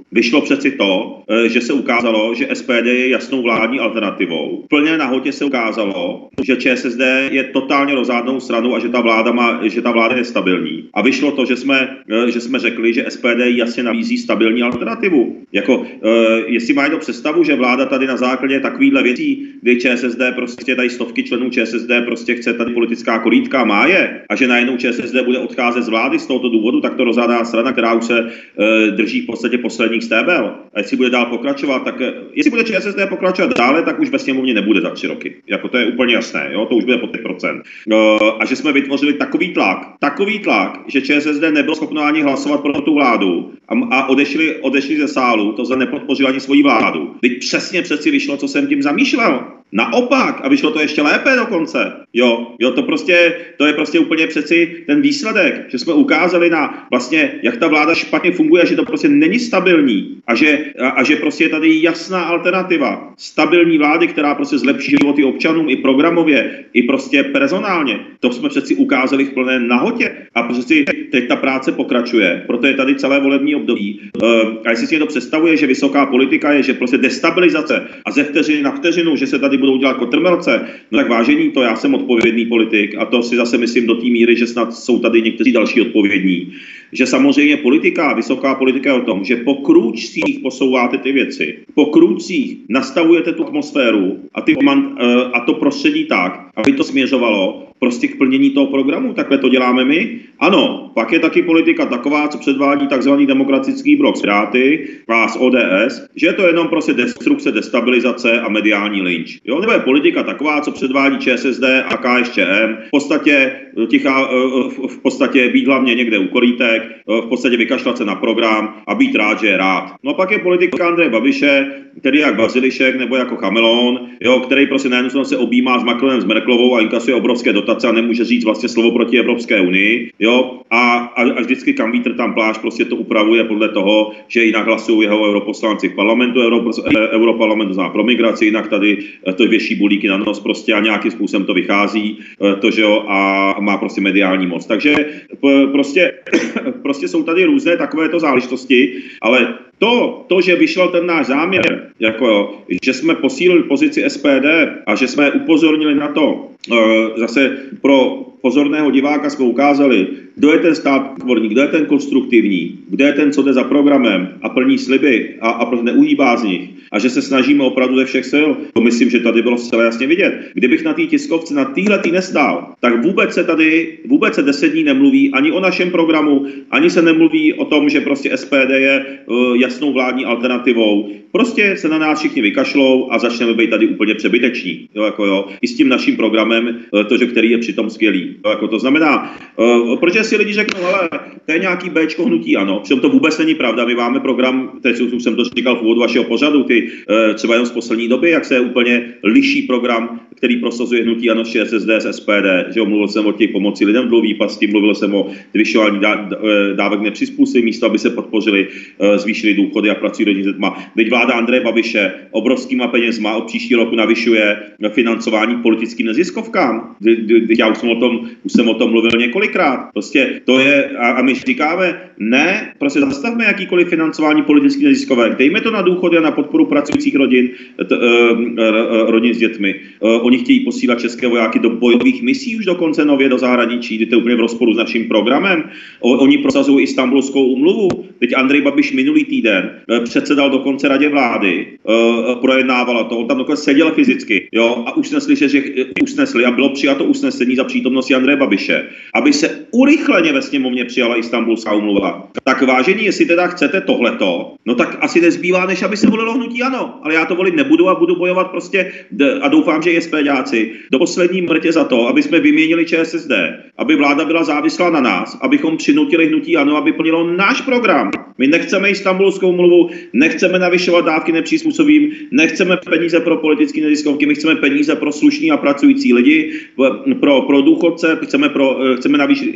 Vyšlo přeci to, že se ukázalo, že S P D je jasnou vládní alternativou. V plné nahotě se ukázalo, že ČSSD je totálně rozhádnou stranou a že ta vláda má, že ta vláda je stabilní. A vyšlo to, že jsme, že jsme řekli, že S P D jasně nabízí stabilní alternativu. Jako, jestli má někdo představu, že vláda tady na základě takovýchhle věcí, kdy ČSSD prostě tady stovky členů ČSSD prostě chce tady politická korýtka, má je, a že najednou ČSSD bude odcházet z vlády z tohoto důvodu, tak to rozhádá strana, která už se e, drží v podstatě posledních stébel. A jestli bude dál pokračovat, tak jestli bude ČSSD pokračovat dále, tak už ve sněmovně nebude za tři roky. Jako to je úplně jasné, jo? To už bude pod pět procent. E, a že jsme vytvořili takový tlak, takový tlak, že ČSSD nebyl schopno ani hlasovat pro tu vládu a, a odešli, odešli ze sálu, to za nepodpořil ani svoji vládu. Teď přesně přeci vyšlo, co jsem tím zamýšlel. Naopak, a vyšlo to ještě lépe dokonce. Jo, jo, to prostě, to je prostě úplně přeci ten výsledek, že jsme ukázali na vlastně, jak ta vláda špatně funguje, že to prostě není stabilní a že, a, a že prostě je tady jasná alternativa. Stabilní vlády, která prostě zlepší životy občanům i programově, i prostě personálně. To jsme přeci ukázali v plné nahotě a přeci teď ta práce pokračuje. Proto je tady celé volební období. A jestli si někdo představuje, že vysoká politika je, že prostě destabilizace a ze vteřiny na vteřinu, že se tady budou dělat kotrmelce, no tak vážení, to já jsem odpovědný politik a to si zase myslím do té míry, že snad jsou tady někteří další odpovědní. Že samozřejmě politika, vysoká politika je o tom, že po krůčcích posouváte ty věci, po krůčcích nastavujete tu atmosféru a, ty, a to prostředí tak, aby to směřovalo prostě k plnění toho programu. Takhle to děláme my. Ano, pak je taky politika taková, co předvádí takzvaný demokratický blok s Piráty a s O D S, že je to jenom prostě destrukce, destabilizace a mediální lynč. Jo, nebo je politika taková, co předvádí ČSSD a K S Č M, v podstatě tichá, v podstatě být hlavně někde u korítek, v podstatě vykašlat se na program a být rád, že je rád. No a pak je politika Andreje Babiše, který jak Bazilišek nebo jako chameleon, jo, který prostě na jednu stranu se objímá s Macronem, s Merkelovou a inkasuje obrovské dotace a nemůže říct vlastně slovo proti Evropské unii, jo, a, a, a vždycky kam vítr tam pláž, prostě to upravuje podle toho, že jinak hlasují jeho europoslanci v parlamentu, Euro, Europarlamentu znamená pro migraci, jinak tady to věší bulíky na nos prostě a nějakým způsobem to vychází, to, že jo, a má prostě mediální moc. Takže prostě, prostě jsou tady různé takovéto záležitosti, ale To, to, že vyšel ten náš záměr, jako, že jsme posílili pozici S P D a že jsme upozornili na to, zase pro pozorného diváka jsme ukázali, kdo je ten státotvorník, kdo je ten konstruktivní, kdo je ten, co jde za programem a plní sliby a, a prostě neuhýbá z nich. A že se snažíme opravdu ze všech sil. To myslím, že tady bylo zcela jasně vidět. Kdybych na té tiskovce, na téhletý nestál, tak vůbec se tady, vůbec se deset dní nemluví ani o našem programu, ani se nemluví o tom, že prostě S P D je uh, jasnou vládní alternativou. Prostě se na nás všichni vykašlou a začneme být tady úplně přebyteční. Jo, jako jo. I s tím naším programem, to, že který je přitom skvělý. Jo, jako to znamená, uh, protože si lidi řeknou, hele, to je nějaký Bčko hnutí, ano. Přitom to vůbec není pravda. My máme program, teď už jsem to říkal v úvodu vašeho pořadu, ty uh, třeba jenom z poslední doby, jak se úplně liší program, který prosazuje hnutí ANO, ČSSD s S P D. Že jo, mluvil jsem o těch pomoci lidem v dluhové pasti, mluvil jsem o zvyšování dá, dávek nepřizpůsobivých, místo aby se podpořili, uh, zvýšili důchody a pracují rodiny s dětma. Teď vláda Andreje Babiše obrovskýma penězma od příští roku navyšuje financování politickým neziskovkám. Já už jsem o tom, už jsem o tom mluvil několikrát. Prostě to je, a, a my říkáme, ne, prostě zastavme jakýkoliv financování politických neziskovek. Dejme to na důchody a na podporu pracujících rodin, t, uh, rodin s dětmi. Uh, oni chtějí posílat české vojáky do bojových misí už dokonce nově do zahraničí, kdy to je úplně v rozporu s naším programem. O, oni prosazují Istanbulskou úmluvu. Teď Andrej Babiš minulý týden uh, předsedal dokonce radě vlády, uh, projednávala to, on tam dokonce seděl fyzicky, jo, a usnesli, že, že usnesli a bylo přijato usnesení za přítomnosti Andreje Babiše, aby se urychleně ve sněmovně přijala Istanbulská úmluva. Tak vážení, jestli teda chcete tohleto, no tak asi nezbývá, než aby se volilo hnutí ANO, ale já to volit nebudu a budu bojovat prostě a doufám, že i SPDáci do poslední mrtě za to, aby jsme vyměnili ČSSD, aby vláda byla závislá na nás, abychom přinutili hnutí ANO, aby plnilo náš program. My nechceme Istanbulskou úmluvu, nechceme navyšovat dávky nepřizpůsobivým, nechceme peníze pro politické neziskovky, my chceme peníze pro slušný a pracující lidi, pro, pro důchodce, chceme, pro, chceme navýšit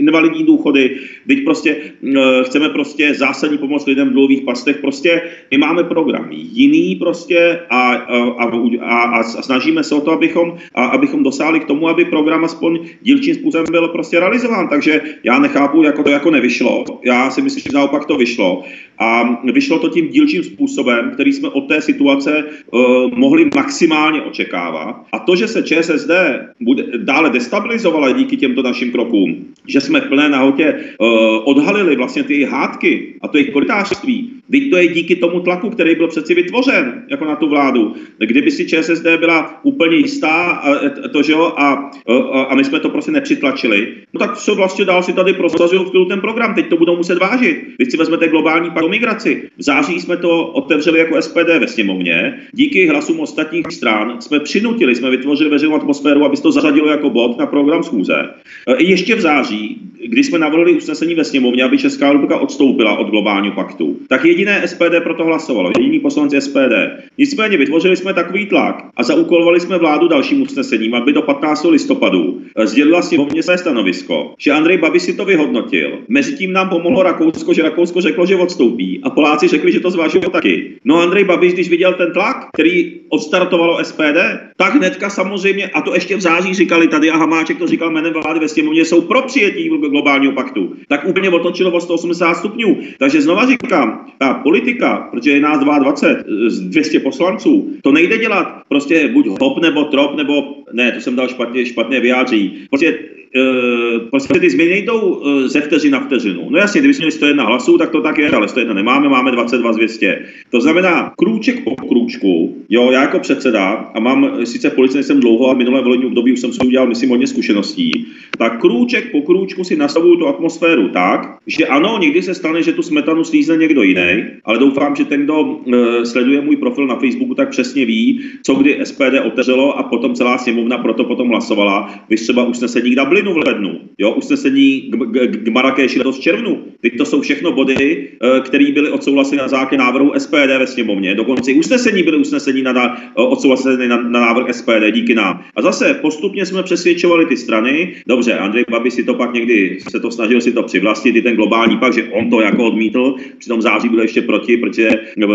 invalidní důchody, teď prostě chceme prostě zásadní pomoc lidem v dluhových pastech, prostě my máme program jiný prostě a, a, a, a snažíme se o to, abychom, a, abychom dosáhli k tomu, aby program aspoň dílčím způsobem byl prostě realizován, takže já nechápu, jako to jako nevyšlo, já si myslím, že naopak to vyšlo a vyšlo to tím dílčím způsobem, který jsme od té situace uh, mohli maximálně očekávat a to, že se ČSSD bude dále destabilizovala díky těmto našim krokům, že jsme v plné nahotě uh, odhalili vlastně ty hádky a to jejich korytářství. Teď to je díky tomu tlaku, který byl přeci vytvořen jako na tu vládu. Kdyby si ČSSD byla úplně jistá a, to, že jo, a, a, a my jsme to prostě nepřitlačili, no tak co vlastně dál si tady prosazují v ten program. Teď to budou muset vážit. Když si vezmete globální pakt o migraci. V září jsme to otevřeli jako S P D ve sněmovně. Díky hlasům ostatních stran jsme přinutili, jsme vytvořili veřejnou atmosféru, aby se to zařadilo jako bod na program schůze. I ještě v září, kdy jsme navrhli usnesení ve sněmovně, aby Česká republika odstoupila od globálního paktu, tak jediné S P D proto hlasovalo, jediný poslanci S P D. Nicméně vytvořili jsme takový tlak a zaúkolovali jsme vládu dalším usnesením, aby do patnáctého listopadu sdělila sněmovně své stanovisko, že Andrej Babiš si to vyhodnotil. Mezitím nám pomohlo Rakousko, že Rakousko řeklo, že odstoupí a Poláci řekli, že to zvažují taky. No Andrej Babiš, když viděl ten tlak, který odstartovalo S P D, tak hnedka samozřejmě, a to ještě v září říkali tady a Hamáček to říkal jménem vlády ve sněmovně, jsou pro přijetí globálního paktu. Tak úplně otočilo o sto osmdesát stupňů. Takže znova říkám, ta politika, protože je nás dvacet dva z dvě stě poslanců, to nejde dělat prostě buď hop nebo trop, nebo ne, to jsem dal špatně, špatné vyjádření. Prostě Uh, prostě ty změny jdou uh, ze vteřin na vteřinu. No jasně, kdyby jsme měli sto jedna hlasů, tak to tak je, ale sto jedna nemáme, máme dvacet dva z dvě stě. To znamená krůček po krůčku, jo, já jako předseda, a mám, sice v policii nejsem dlouho, a minulé volební období už jsem si udělal, myslím, hodně zkušeností, tak krůček po krůčku si nastavuju tu atmosféru tak, že ano, někdy se stane, že tu smetanu slízne někdo jiný, ale doufám, že ten, kdo uh, sleduje můj profil na Facebooku, tak přesně ví, co kdy S P D otevřelo a potom celá sněmovna proto potom hlasovala, když třeba usnesení k Dublinu v lednu, jo, usnesení k, k, k Marrakeši letos v červnu. Teď to jsou všechno body, které byly odsouhlaseny na základě návrhu S P D ve sněmovně. Dokonce i usnesení byly usnesení na, na, odsouhlaseny na, na návrh S P D díky nám. A zase postupně jsme přesvědčovali ty strany. Dobře, Andrej Babiš si to pak někdy se to snažil si to přivlastnit, i ten globální pak, že on to jako odmítl. Při tom září byl ještě proti, protože,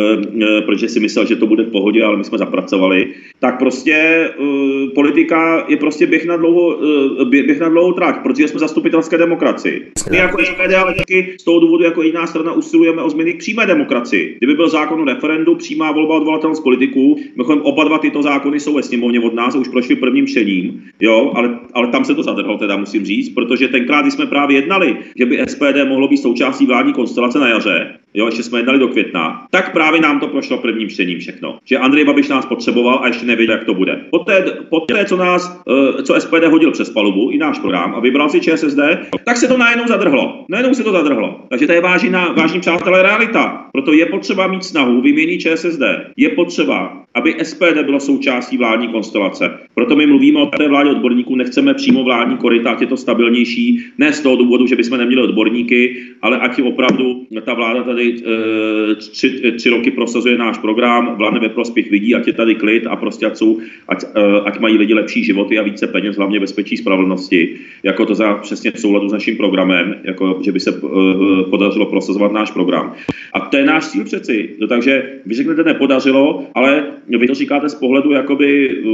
protože si myslel, že to bude v pohodě, ale my jsme zapracovali. Tak prostě uh, politika je prostě běh na dlouho, uh, běh na dlouhou trať, protože jsme zastupitelské demokracii. My jako S P D, ale taky z toho důvodu jako jiná strana usilujeme o změny k přímé demokracii. Kdyby byl zákon o referendu, přímá volba odvolatelnost politiků, mimochodem oba dva tyto zákony jsou ve sněmovně od nás, už prošli prvním čtením, jo, ale, ale tam se to zadrhlo, teda musím říct, protože tenkrát, když jsme právě jednali, že by S P D mohlo být součástí vládní konstelace na jaře, jo, ještě jsme jednali do května, tak právě nám to prošlo prvním čtením všechno. Že Andrej Babiš nás potřeboval a ještě nevěděl, jak to bude. Poté, poté co nás, co S P D hodil přes palubu, i náš program a vybral si ČSSD, tak se to najednou zadrhlo. Najednou se to zadrhlo. Takže to je vážná, vážní přátelé realita. Proto je potřeba mít snahu vyměnit ČSSD. Je potřeba, aby S P D bylo součástí vládní konstelace. Proto my mluvíme o té vládě odborníků, nechceme přímo vládní koryta, ať je to stabilnější, ne z toho důvodu, že bychom neměli odborníky, ale ať opravdu ta vláda tady e, tři, tři roky prosazuje náš program, vládne ve prospěch lidí, ať je tady klid a prostě ať, jsou, ať, e, ať mají lidi lepší životy a více peněz, hlavně bezpečí, spravedlnosti, jako to za přesně v souladu s naším programem, jako že by se e, podařilo prosazovat náš program. A to je náš cíl přeci. No, takže vy řeknete nepodařilo, ale vy to říkáte z pohledu jakoby e,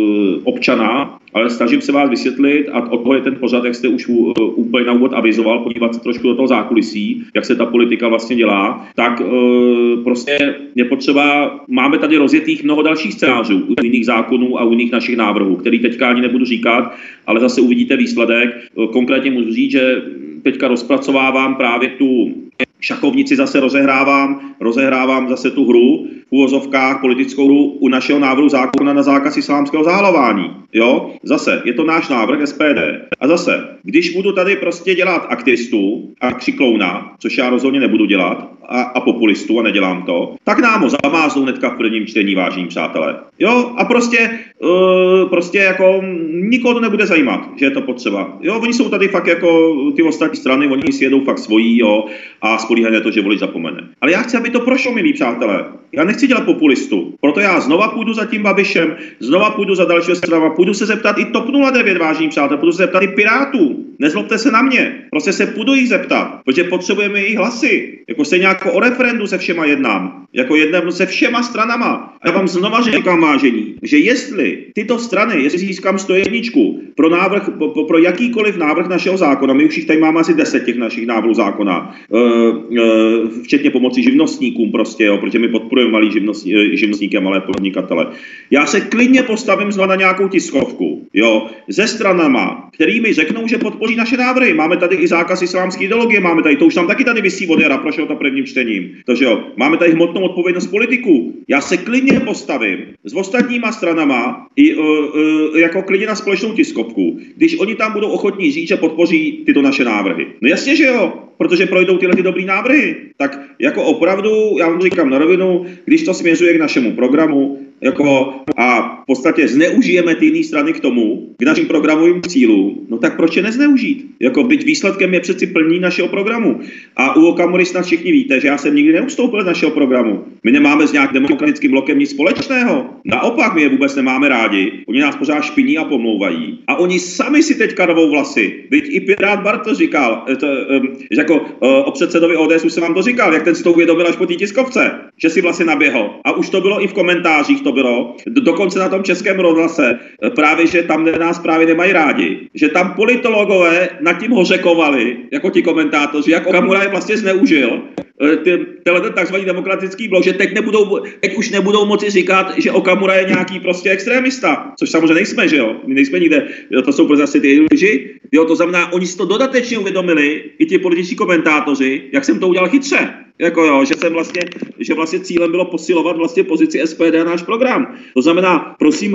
občana, ale snažím se vás vysvětlit a od toho je ten pořad, jak jste už uh, úplně na úvod avizoval, podívat se trošku do toho zákulisí, jak se ta politika vlastně dělá, tak uh, prostě je potřeba, máme tady rozjetých mnoho dalších scénářů, u jiných zákonů a u jiných našich návrhů, který teďka ani nebudu říkat, ale zase uvidíte výsledek. Uh, konkrétně můžu říct, že teďka rozpracovávám právě tu šachovnici, zase rozehrávám, rozehrávám zase tu hru, v úvozovkách politickou hru u našeho návrhu zákona na zákaz islámského zahalování. Jo, zase, je to náš návrh S P D. A zase, když budu tady prostě dělat aktivistu a křiklouna, což já rozhodně nebudu dělat, a, a populistu a nedělám to, tak nám ho zamáznou hnedka v prvním čtení, vážení přátelé. Jo, a prostě, uh, prostě jako nikoho to nebude zajímat, že je to potřeba. Jo, oni jsou tady fakt jako ty ostatní strany, oni si jedou fakt svojí, jo, a spolíhají na to, že volič zapomene. Ale já chci, aby to prošlo, milí přátelé. Já nechci dělat populistu, proto já znova půjdu za tím Babišem, znova půjdu za dalšího strana, půjdu se zeptat i TOP nula devět, vážení přátelé, půjdu se zeptat i Pirátů. nezlobte se na mě, prostě se půjdu jich zeptat, protože potřebujeme jejich hlasy, jako stejně jako o referendu se všema jednám, jako jednám se všema stranama. Já vám znova říkám, vážení, že jestli tyto strany, jestli získám sto jedna pro návrh, pro, pro jakýkoliv návrh našeho zákona, my už jich tady máme asi deset těch našich návrhů zákona, e, e, včetně pomoci živnostníkům prostě, jo, protože my podporujeme malý živnostní, živnostníky a malé podnikatele. Já se klidně postavím znovu na nějakou tiskovku, jo, se stranama, který mi řeknou, že podpoří naše návrhy. Máme tady i zákaz islámské ideologie, máme tady, to už tam taky tady visí od jara, prošel to prvním čtením. Takže jo, máme tady hmotnou odpovědnost politiků. Já se klidně postavím s ostatníma stranama i uh, uh, jako klidně na společnou tiskovku, když oni tam budou ochotní říct, že podpoří tyto naše návrhy. No jasně, že jo, protože projdou tyhle ty dobrý návrhy. Tak jako opravdu, já vám říkám na rovinu, když to směřuje k našemu programu, jako a v podstatě zneužijeme ty jiné strany k tomu, k našim programovým cílům, no tak proč je nezneužít? Jako byť výsledkem je přeci plní našeho programu. A u Okamury snad všichni víte, že já jsem nikdy neustoupil z našeho programu. My nemáme s nějak demokratickým blokem nic společného. Naopak, my je vůbec nemáme rádi. Oni nás pořád špiní a pomlouvají. A oni sami si teď karvou vlasy. Byť i Pirát Bartoš říkal, to, že jako o předsedovi O D S už jsem vám to říkal, jak ten si to uvědomil až po té tiskovce, že si vlastně naběhl. A už to bylo i v komentářích, to bylo, dokonce na tom Českém rozhlase, právě, že tam nás právě nemají rádi, že tam politologové nad tím hořekovali, jako ti komentátoři, jak Okamura je vlastně zneužil, tenhle takzvaný demokratický blok, že teď, nebudou, teď už nebudou moci říkat, že Okamura je nějaký prostě extrémista, což samozřejmě nejsme, že jo, my nejsme nikde, to jsou prostě ty lži, jo, to znamená, oni si to dodatečně uvědomili, i ti političtí komentátoři, jak jsem to udělal chytře. Jako jo, že jsem vlastně, že vlastně cílem bylo posilovat vlastně pozici S P D a náš program. To znamená, prosím, uh,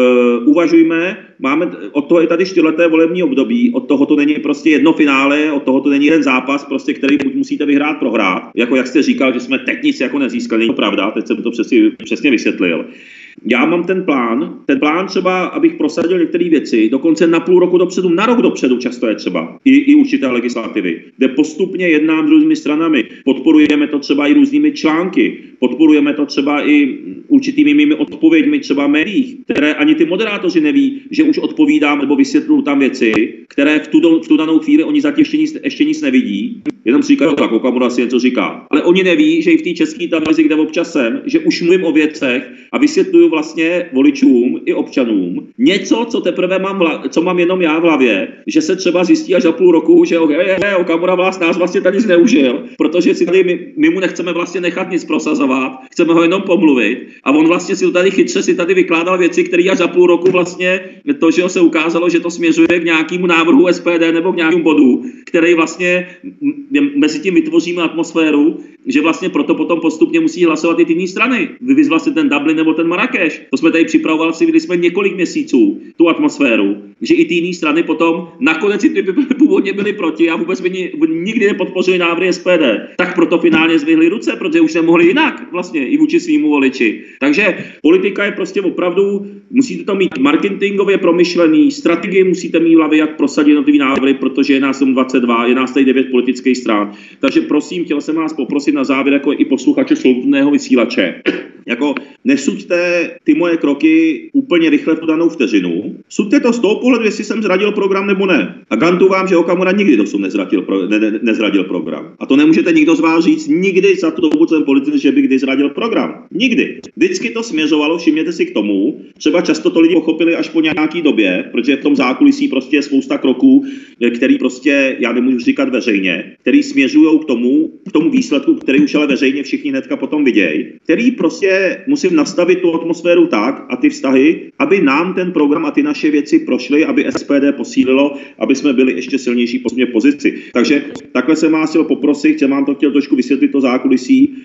uvažujme, máme, od toho je tady čtyřleté volební období, od toho to není prostě jedno finále, od toho to není jeden zápas, prostě, který buď musíte vyhrát, prohrát. Jako jak jste říkal, že jsme teď nic jako nezískali, není to pravda, teď jsem to přesně, přesně vysvětlil. Já mám ten plán, ten plán třeba, abych prosadil některé věci, dokonce na půl roku dopředu, na rok dopředu často je třeba, i, i určité legislativy, kde postupně jednám s různými stranami, podporujeme to třeba i různými články, podporujeme to třeba i určitými mými odpověďmi třeba v médiích, které ani ty moderátoři neví, že už odpovídám nebo vysvětluju tam věci, které v tu, v tu danou chvíli oni zatím ještě nic, ještě nic nevidí, jenom si říkají, tak Okamura si něco říká. Ale oni neví, že i v té české televizi, kde občas jsem, že už mluvím o věcech a vysvětluju vlastně voličům i občanům něco, co teprve mám, vla, co mám jenom já v hlavě, že se třeba zjistí až za půl roku, že okay, Okamura vás nás vlastně tady zneužil, protože si tady my, my mu nechceme vlastně nechat nic prosazovat, chceme ho jenom pomluvit a on vlastně si to tady chytře si tady vykládal věci, které až za půl roku vlastně to, že ho se ukázalo, že to směřuje k nějakému návrhu S P D nebo k nějakému bodu, který vlastně mezi tím vytvoříme atmosféru, že vlastně proto potom postupně musí hlasovat i ty jiné strany. Vyvyzval se ten Dublin nebo ten Marrakeš. To jsme tady připravovali, si viděli jsme několik měsíců tu atmosféru, že i ty jiné strany potom nakonec si ty původně byly proti a vůbec by nikdy nepodpořili návrhy S P D. Tak proto finálně zvihli ruce, protože už nemohli jinak vlastně i vůči svýmu voliči. Takže politika je prostě opravdu, musíte to mít marketingově promyšlený, strategii musíte mít v hlavě, jak prosadit jednotlivé návrhy, protože je nás dvacet dva, je nás tady devět politických stran. Takže prosím, chtěl jsem vás poprosit na závěr, jako i posluchače Svobodného vysílače, jako nesuďte ty moje kroky úplně rychle v tu danou vteřinu. Suďte to z toho pohledu, jestli jsem zradil program nebo ne. A garantuju vám, že Okamura nikdy dosud nezradil, pro, ne, ne, nezradil program. A to nemůžete nikdo z vás říct nikdy za tu dobu, co jsem politice, že by kdy zradil program. Nikdy. Vždycky to směřovalo, všimněte si k tomu, třeba často to lidi pochopili až po nějaký době, protože v tom zákulisí prostě je spousta kroků, který prostě, já nemůžu říkat veřejně, který směřují k tomu, k tomu výsledku, který už ale veřejně všichni hnedka potom vidějí, který prostě musím nastavit tu atmosféru tak a ty vztahy, aby nám ten program a ty naše věci prošly, aby S P D posílilo, aby jsme byli ještě silnější v pozici. Takže takhle jsem vás chtěl poprosit, jsem vám to chtěl trošku vysvětlit to zákulisí.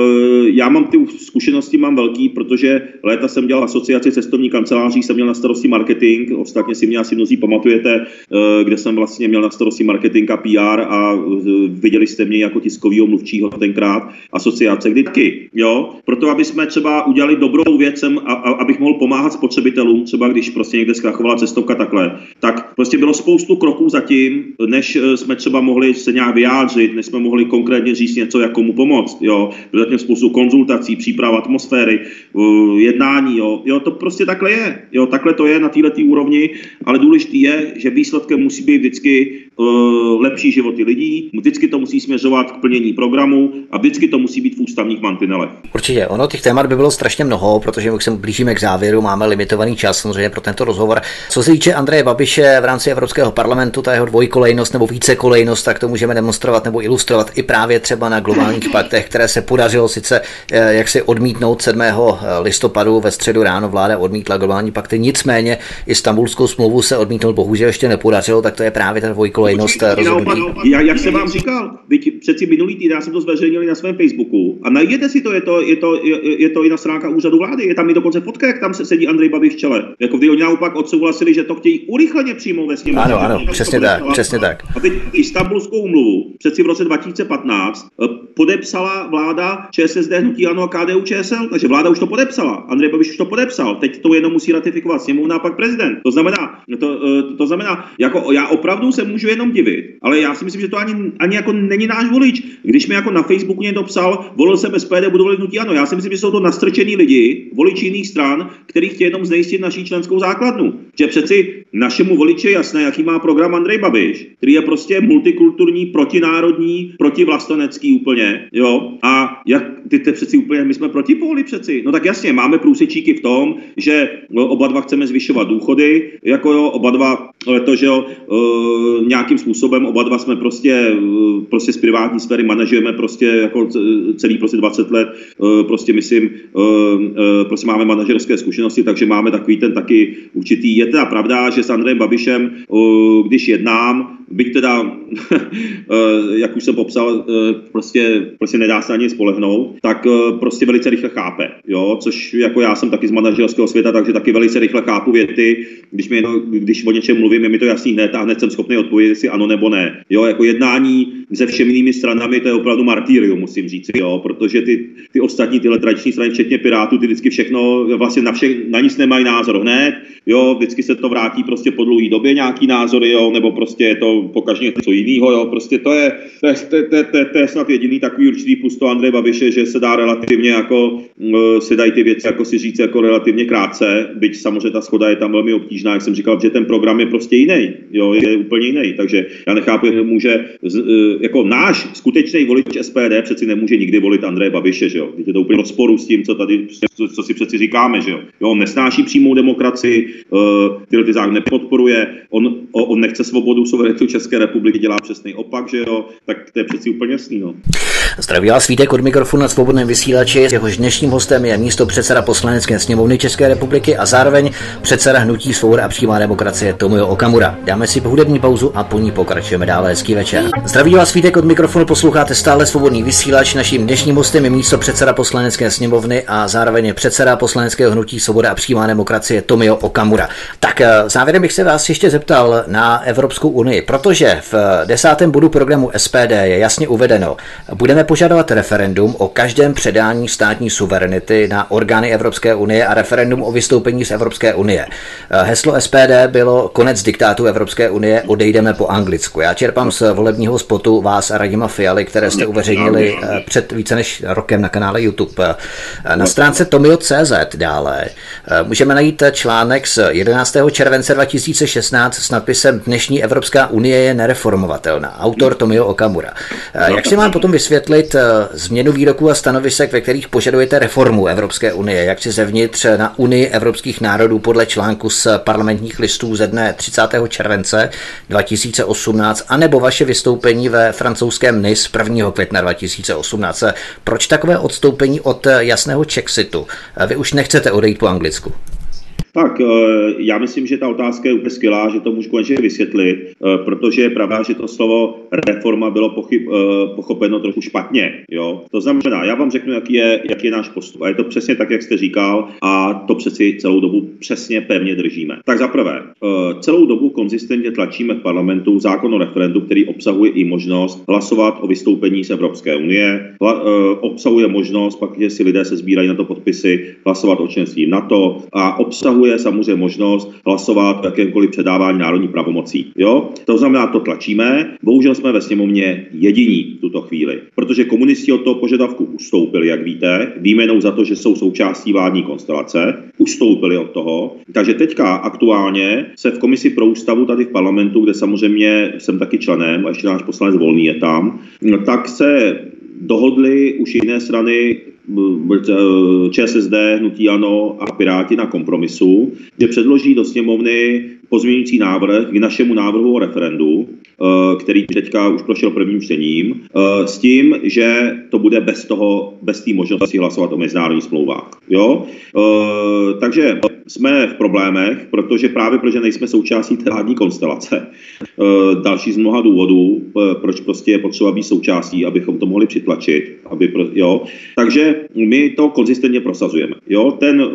Já mám ty zkušenosti, mám velký, protože léta jsem dělal asociaci cestovní kanceláří, jsem měl na starosti marketing, ostatně si mě asi mnozí pamatujete, kde jsem vlastně měl na starosti marketing a P R a viděli jste mě jako tiskovýho mluvčího tenkrát asociace, kdy taky, jo, proto aby jsme třeba udělali dobrou věcem, a, a, abych mohl pomáhat spotřebitelům, třeba když prostě někde zkrachovala cestovka takhle, tak prostě bylo spoustu kroků zatím, než jsme třeba mohli se nějak vyjádřit, než jsme mohli konkrétně říct něco, jak komu pomoct, jo, bylo zatím spoustu konzultací, příprav atmosféry, jednání, jo, jo, to prostě takhle je, jo, takhle to je na této úrovni, ale důležité je, že výsledkem musí být vždycky uh, lepší životy lidí, vždycky to musí směřovat k plnění programu a vždycky to musí být v ústavních mantinelech. Určitě, ono těch témat by bylo strašně mnoho, protože my už se blížíme k závěru, máme limitovaný čas samozřejmě pro tento rozhovor. Co se týče Andreje Babiše v rámci Evropského parlamentu, ta jeho dvojkolejnost nebo vícekolejnost, tak to můžeme demonstrovat nebo ilustrovat i právě třeba na globálních paktech, které se podařilo sice jak si odmítnout sedmého listopadu ve středu ráno, vláda odmítla globální pakty, nicméně Istanbulskou smlouvu se odmítnout bohužel ještě nepodařilo, tak to je právě ta dvojkolejnost rozhodnutí. Jak, jak jsem vám říkal, přeci minulý týden já jsem to zveřejnil na svém Facebooku a najděte si to, je to, je to, je, je to i na stránkách úřadu vlády, je tam i dokonce fotka, jak tam se sedí Andrej Babiš v čele. Jako kdy oni naopak odsouhlasili, že to chtějí urychleně přijmout ve sněmovně. Ano, ano, přesně tak, přesně tak. A teď Istanbulskou úmluvu přeci v roce dva tisíce patnáct podepsala vláda ČSSD, hnutí ANO a K D U Č S L, takže vláda už to podepsala. Andrej Babiš už to podepsal. Teď to jenom musí ratifikovat sněmovna a pak prezident. To znamená, to, to, to znamená, jako já opravdu se můžu jenom divit, ale já si myslím, že to ani, ani jako není náš volič. Když mi jako na Facebooku někdo psal, volil jsem S P D, budu volit hnutí ANO. Já si myslím, že jsou to nastrčení lidi, voliči jiných stran, kteří chtějí jenom znejistit naší členskou základnu. Že přeci našemu voliči je jasné, jaký má program Andrej Babiš, který je prostě multikulturní, protinárodní, protivlastenecký úplně, jo. A jak ty, ty přeci úplně, my jsme protipóly přeci. No tak jasně, máme průsečíky v tom, že no, oba dva chceme zvyšovat důchody, jako jo, oba dva, to, že jo, e, nějakým způsobem oba dva jsme prostě, e, prostě z privátní sféry manažujeme prostě jako celý prostě dvacet let, e, prostě myslím, e, e, prostě máme manažerské zkušenosti, takže máme takový ten taky určitý, je teda pravda, že s Andrejem Babišem, e, když jednám, byť teda, jak už jsem popsal, prostě, prostě nedá se ani spolehnout, tak prostě velice rychle chápe, jo, což jako já jsem taky z manažerského světa, takže taky velice rychle chápu věty, když, mi, když o něčem mluvím, je mi to jasný hned a hned jsem schopný odpovědět, jestli ano nebo ne, jo, jako jednání se všemi jinými stranami, to je opravdu martýrium, musím říct, jo, protože ty, ty ostatní, tyhle tradiční strany, včetně Pirátů, ty vždycky všechno, vlastně na, vše, na nic nemají názor hned, jo, vždycky se to vrátí prostě po dlouhé době nějaký názory, jo, nebo prostě je to pokaždé něco jiného, jo, prostě to je, to je, to je, to je, to je snad jediný takový určitý plus to Andreje Babiše, že se dá relativně jako, se dají ty věci jako si říct jako relativně krátce, byť samozřejmě ta shoda je tam velmi obtížná, jak jsem říkal, že ten program je prostě jiný, jo, je úplně jiný, takže já nechápu, že může, jako náš skutečný volič S P D přeci nemůže nikdy volit Andreje Babiše, že jo, je to úplně rozporu s tím, co tady, co, co si přeci říkáme, že jo, jo, on nesnáší přímou demokracii, tyhle ty zákony nepodporuje, on, on nechce svobodu, suverenitu České republiky, dělá přesný opak, že jo, tak to je přeci úplně jasný, no. Zdraví vás Vítek od mikrofonu na Svobodném vysílači. Jehož dnešním hostem je místopředseda Poslanecké sněmovny České republiky a zároveň předseda hnutí Svoboda a přímá demokracie Tomio Okamura. Dáme si hudební pauzu a po ní pokračujeme dále. Hezký večer. Zdraví vás Vítek od mikrofonu, posloucháte stále Svobodný vysílač. Naším dnešním hostem je místopředseda Poslanecké sněmovny a zároveň je předseda Poslaneckého hnutí Svoboda a přímá demokracie Tomio Okamura. Tak závěrem bych se vás ještě zeptal na Evropskou unii, protože v desátém bodu programu S P D je jasně uvedeno, budeme požadovat referendum o každém předání státní suverenity na orgány Evropské unie a referendum o vystoupení z Evropské unie. Heslo S P D bylo konec diktátu Evropské unie, odejdeme po Anglicku. Já čerpám z volebního spotu vás a Radima Fialy, které jste uveřejnili před více než rokem na kanále YouTube. Na stránce tomio tečka cé zet dále můžeme najít článek z jedenáctého července dva tisíce šestnáct s nadpisem Dnešní Evropská unie je nereformovatelná. Autor Tomio Okamura. Jak si mám potom vysvětlit změnu výroků a stanovisek, ve kterých požadujete reformu Evropské unie, jak si zevnitř na Unii evropských národů podle článku z parlamentních listů ze dne třicátého července dva tisíce osmnáct, anebo vaše vystoupení ve francouzském Nice prvního května dva tisíce osmnáct. Proč takové odstoupení od jasného Chexitu? Vy už nechcete odejít po Anglicku? Tak, já myslím, že ta otázka je úplně skvělá, že to můžu konečně vysvětlit, protože je pravda, že to slovo reforma bylo pochyb, pochopeno trochu špatně. Jo? To znamená, já vám řeknu, jaký je, jaký je náš postup. A je to přesně tak, jak jste říkal, a to přeci celou dobu přesně pevně držíme. Tak za prvé, celou dobu konzistentně tlačíme v parlamentu zákon o referendu, který obsahuje i možnost hlasovat o vystoupení z Evropské unie, hla, obsahuje možnost, pak, že si lidé se sbírají na to podpisy, hlasovat o členství v NATO a obsahuje samozřejmě možnost hlasovat o jakémkoliv předávání národní pravomocí. Jo? To znamená, to tlačíme. Bohužel jsme ve sněmovně jediní v tuto chvíli, protože komunisti od toho požadavku ustoupili, jak víte, výjmenou za to, že jsou součástí vládní konstelace, ustoupili od toho. Takže teďka aktuálně se v komisi pro ústavu tady v parlamentu, kde samozřejmě jsem taky členem, a ještě náš poslanec Volný je tam, tak se dohodli už jiné strany ČSSD, Hnutí Ano a Piráti na kompromisu, že předloží do sněmovny pozměňující návrh k našemu návrhu o referendu, který teďka už prošel prvním čtením, s tím, že to bude bez toho, bez té možnosti hlasovat o mezinárodních smlouvách. Jo? Takže jsme v problémech, protože právě protože nejsme součástí té vládní konstelace. Další z mnoha důvodů, proč prostě je potřeba být součástí, abychom to mohli přitlačit. Aby, jo? Takže my to konzistentně prosazujeme. Jo? Ten,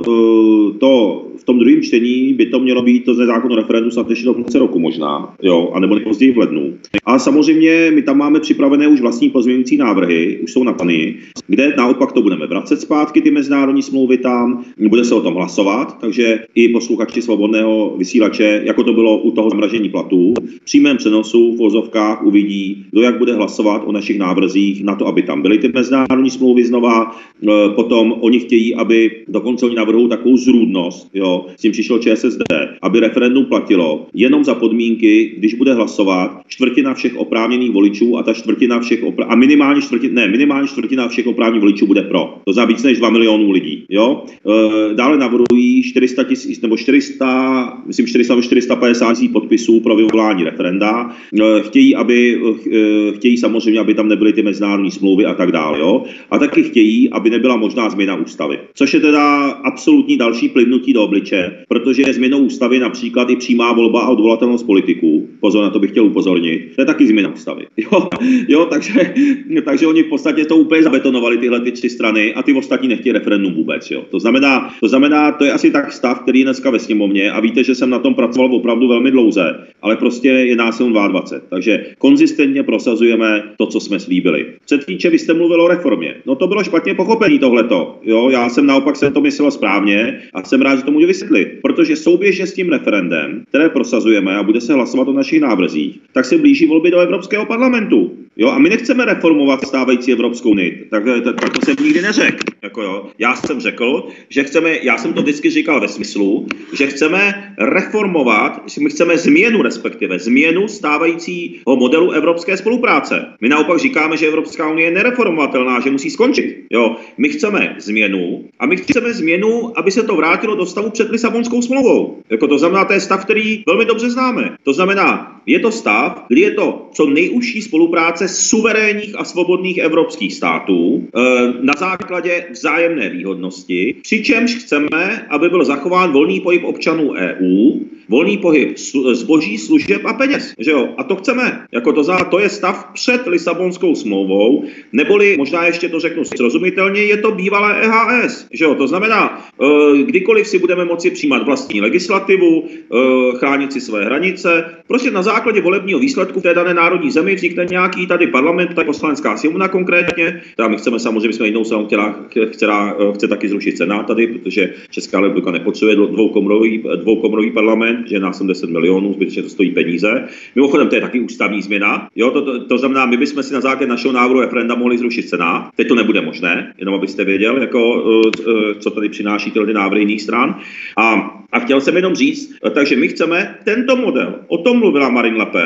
to, v tom druhém čtení by to mělo být to zákon o referendu snad ještě do konce roku možná, jo? A nebo nejpozději v lednu. A samozřejmě my tam máme připravené už vlastní pozměňující návrhy, už jsou napsané, kde naopak to budeme vracet zpátky, ty mezinárodní smlouvy tam, bude se o tom hlasovat, takže i posluchači Svobodného vysílače, jako to bylo u toho zmražení platů, v přímém přenosu v ozovkách uvidí, kdo jak bude hlasovat o našich návrzích na to, aby tam byly ty mezinárodní smlouvy znova. Potom oni chtějí, aby dokonce oni navrhují takovou zrůdnost, jo, s tím přišlo ČSSD, aby referendum platilo jenom za podmínky, když bude hlasovat čtvrtina všech oprávněných voličů a ta čtvrtina všech opra- a minimálně čtvrtina, ne, minimálně čtvrtina všech oprávněných voličů bude pro. To znamená víc než dva milionů lidí, jo. E, dále navrhují čtyři sta tisíc nebo čtyři sta, myslím čtyři sta nebo čtyři sta padesát tisíc podpisů pro vyvolání referenda. E, chtějí, aby e, chtějí samozřejmě, aby tam nebyly ty mezinárodní smlouvy a tak dále, jo. A taky chtějí, aby nebyla možná změna ústavy. Což je teda absolutní další plivnutí do obliče, protože změnou ústavy například i přímá volba a odvolatelnost politiků. Pozor, na to bych chtěl upozornit. To je taky změna ústavy. Jo, jo takže, takže oni v podstatě to úplně zabetonovali tyhle ty tři strany a ty ostatní nechtějí referendum vůbec. Jo. To znamená, to znamená, to je asi tak stav, který je dneska ve sněmovně a víte, že jsem na tom pracoval opravdu velmi dlouze, ale prostě je nás jenom dvacet dva. Takže konzistentně prosazujeme to, co jsme slíbili. Co týče, vy jste mluvil o reformě. No to bylo špatně pochopení tohleto. Jo, já jsem naopak jsem to myslel správně a jsem rád, že to můžu vysvětlit, protože souběžně s tím referendem, které prosazujeme a bude se hlasovat o našich návrzích, tak se blíží volby do Evropského parlamentu. Jo, a my nechceme reformovat stávající Evropskou unii. Tak, tak, tak to jsem nikdy neřekl. Jako jo. Já jsem řekl, že chceme, já jsem to vždycky říkal ve smyslu, že chceme reformovat, my chceme změnu, respektive změnu stávajícího modelu evropské spolupráce. My naopak říkáme, že Evropská unie je nereformovatelná, že musí skončit. Jo, my chceme změnu a my chceme změnu, aby se to vrátilo do stavu před Lisabonskou smlouvou. Jako to znamená, to je stav, který velmi dobře známe. To znamená, je to stav, kdy je to co nejužší spolupráce suverénních a svobodných evropských států e, na základě vzájemné výhodnosti, přičemž chceme, aby byl zachován volný pohyb občanů E U, volný pohyb zboží, služeb a peněz. Že jo? A to chceme. Jako to, za, to je stav před Lisabonskou smlouvou, neboli možná ještě to řeknu srozumitelně, je to bývalé E H S. Že jo? To znamená, e, kdykoliv si budeme moci přijímat vlastní legislativu, e, chránit si své hranice, prostě na základě volebního výsledku v té dané národní zemi vznikne nějaký tady parlament, tady poslanecká sněmovna konkrétně. Teda my chceme samozřejmě, jsme jinou stranou, která, která chce taky zrušit Senát tady, protože Česká republika nepotřebuje dvoukomorový, dvoukomorový parlament, že nás deset milionů, zbytečně to stojí peníze. Mimochodem, to je taky ústavní změna. Jo, to, to, to znamená, my bychom si na základě našeho návrhu referenda mohli zrušit Senát. Teď to nebude možné, jenom abyste věděl, jako, co tady přináší tyhle návrhy jiných stran. A, a chtěl jsem jenom říct, takže my chceme tento model, o tom mluvila Marine Le Pen.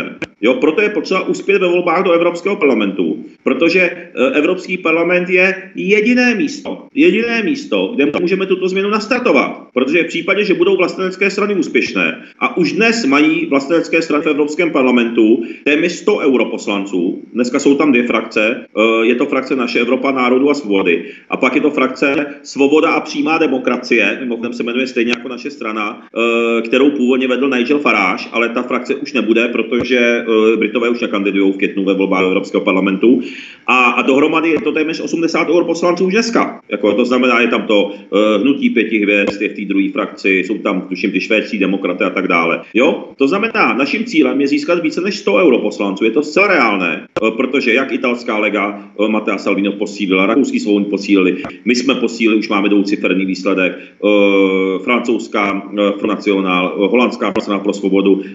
Jo, proto je potřeba uspět ve volbách do Evropského parlamentu, protože Evropský parlament je jediné místo, jediné místo, kde můžeme tuto změnu nastartovat. Protože v případě, že budou vlastenecké strany úspěšné a už dnes mají vlastenecké strany v Evropském parlamentu téměř sto europoslanců, dneska jsou tam dvě frakce, je to frakce Naše Evropa národu a svobody a pak je to frakce Svoboda a přímá demokracie, mimochodem se jmenuje stejně jako naše strana, kterou původně vedl Nigel Farage, ale ta frakce už nebude, protože Britové už nekandidují v květnu ve volbách Evropského parlamentu a, a dohromady je to téměř osmdesát europoslanců už dneska. Jako, to znamená, je tam to uh, hnutí pěti hvězd, je v té druhé frakci, jsou tam tuším ty švédští demokraty a tak dále. Jo? To znamená, naším cílem je získat více než sto europoslanců. Je to zcela reálné, uh, protože jak italská lega uh, Matteo Salvini posílila, rakouský Svobodní posílili, my jsme posílili, už máme dvouciferný výsledek, uh, francouzská uh, Front National, uh, holandská strana pro svobodu, uh, uh,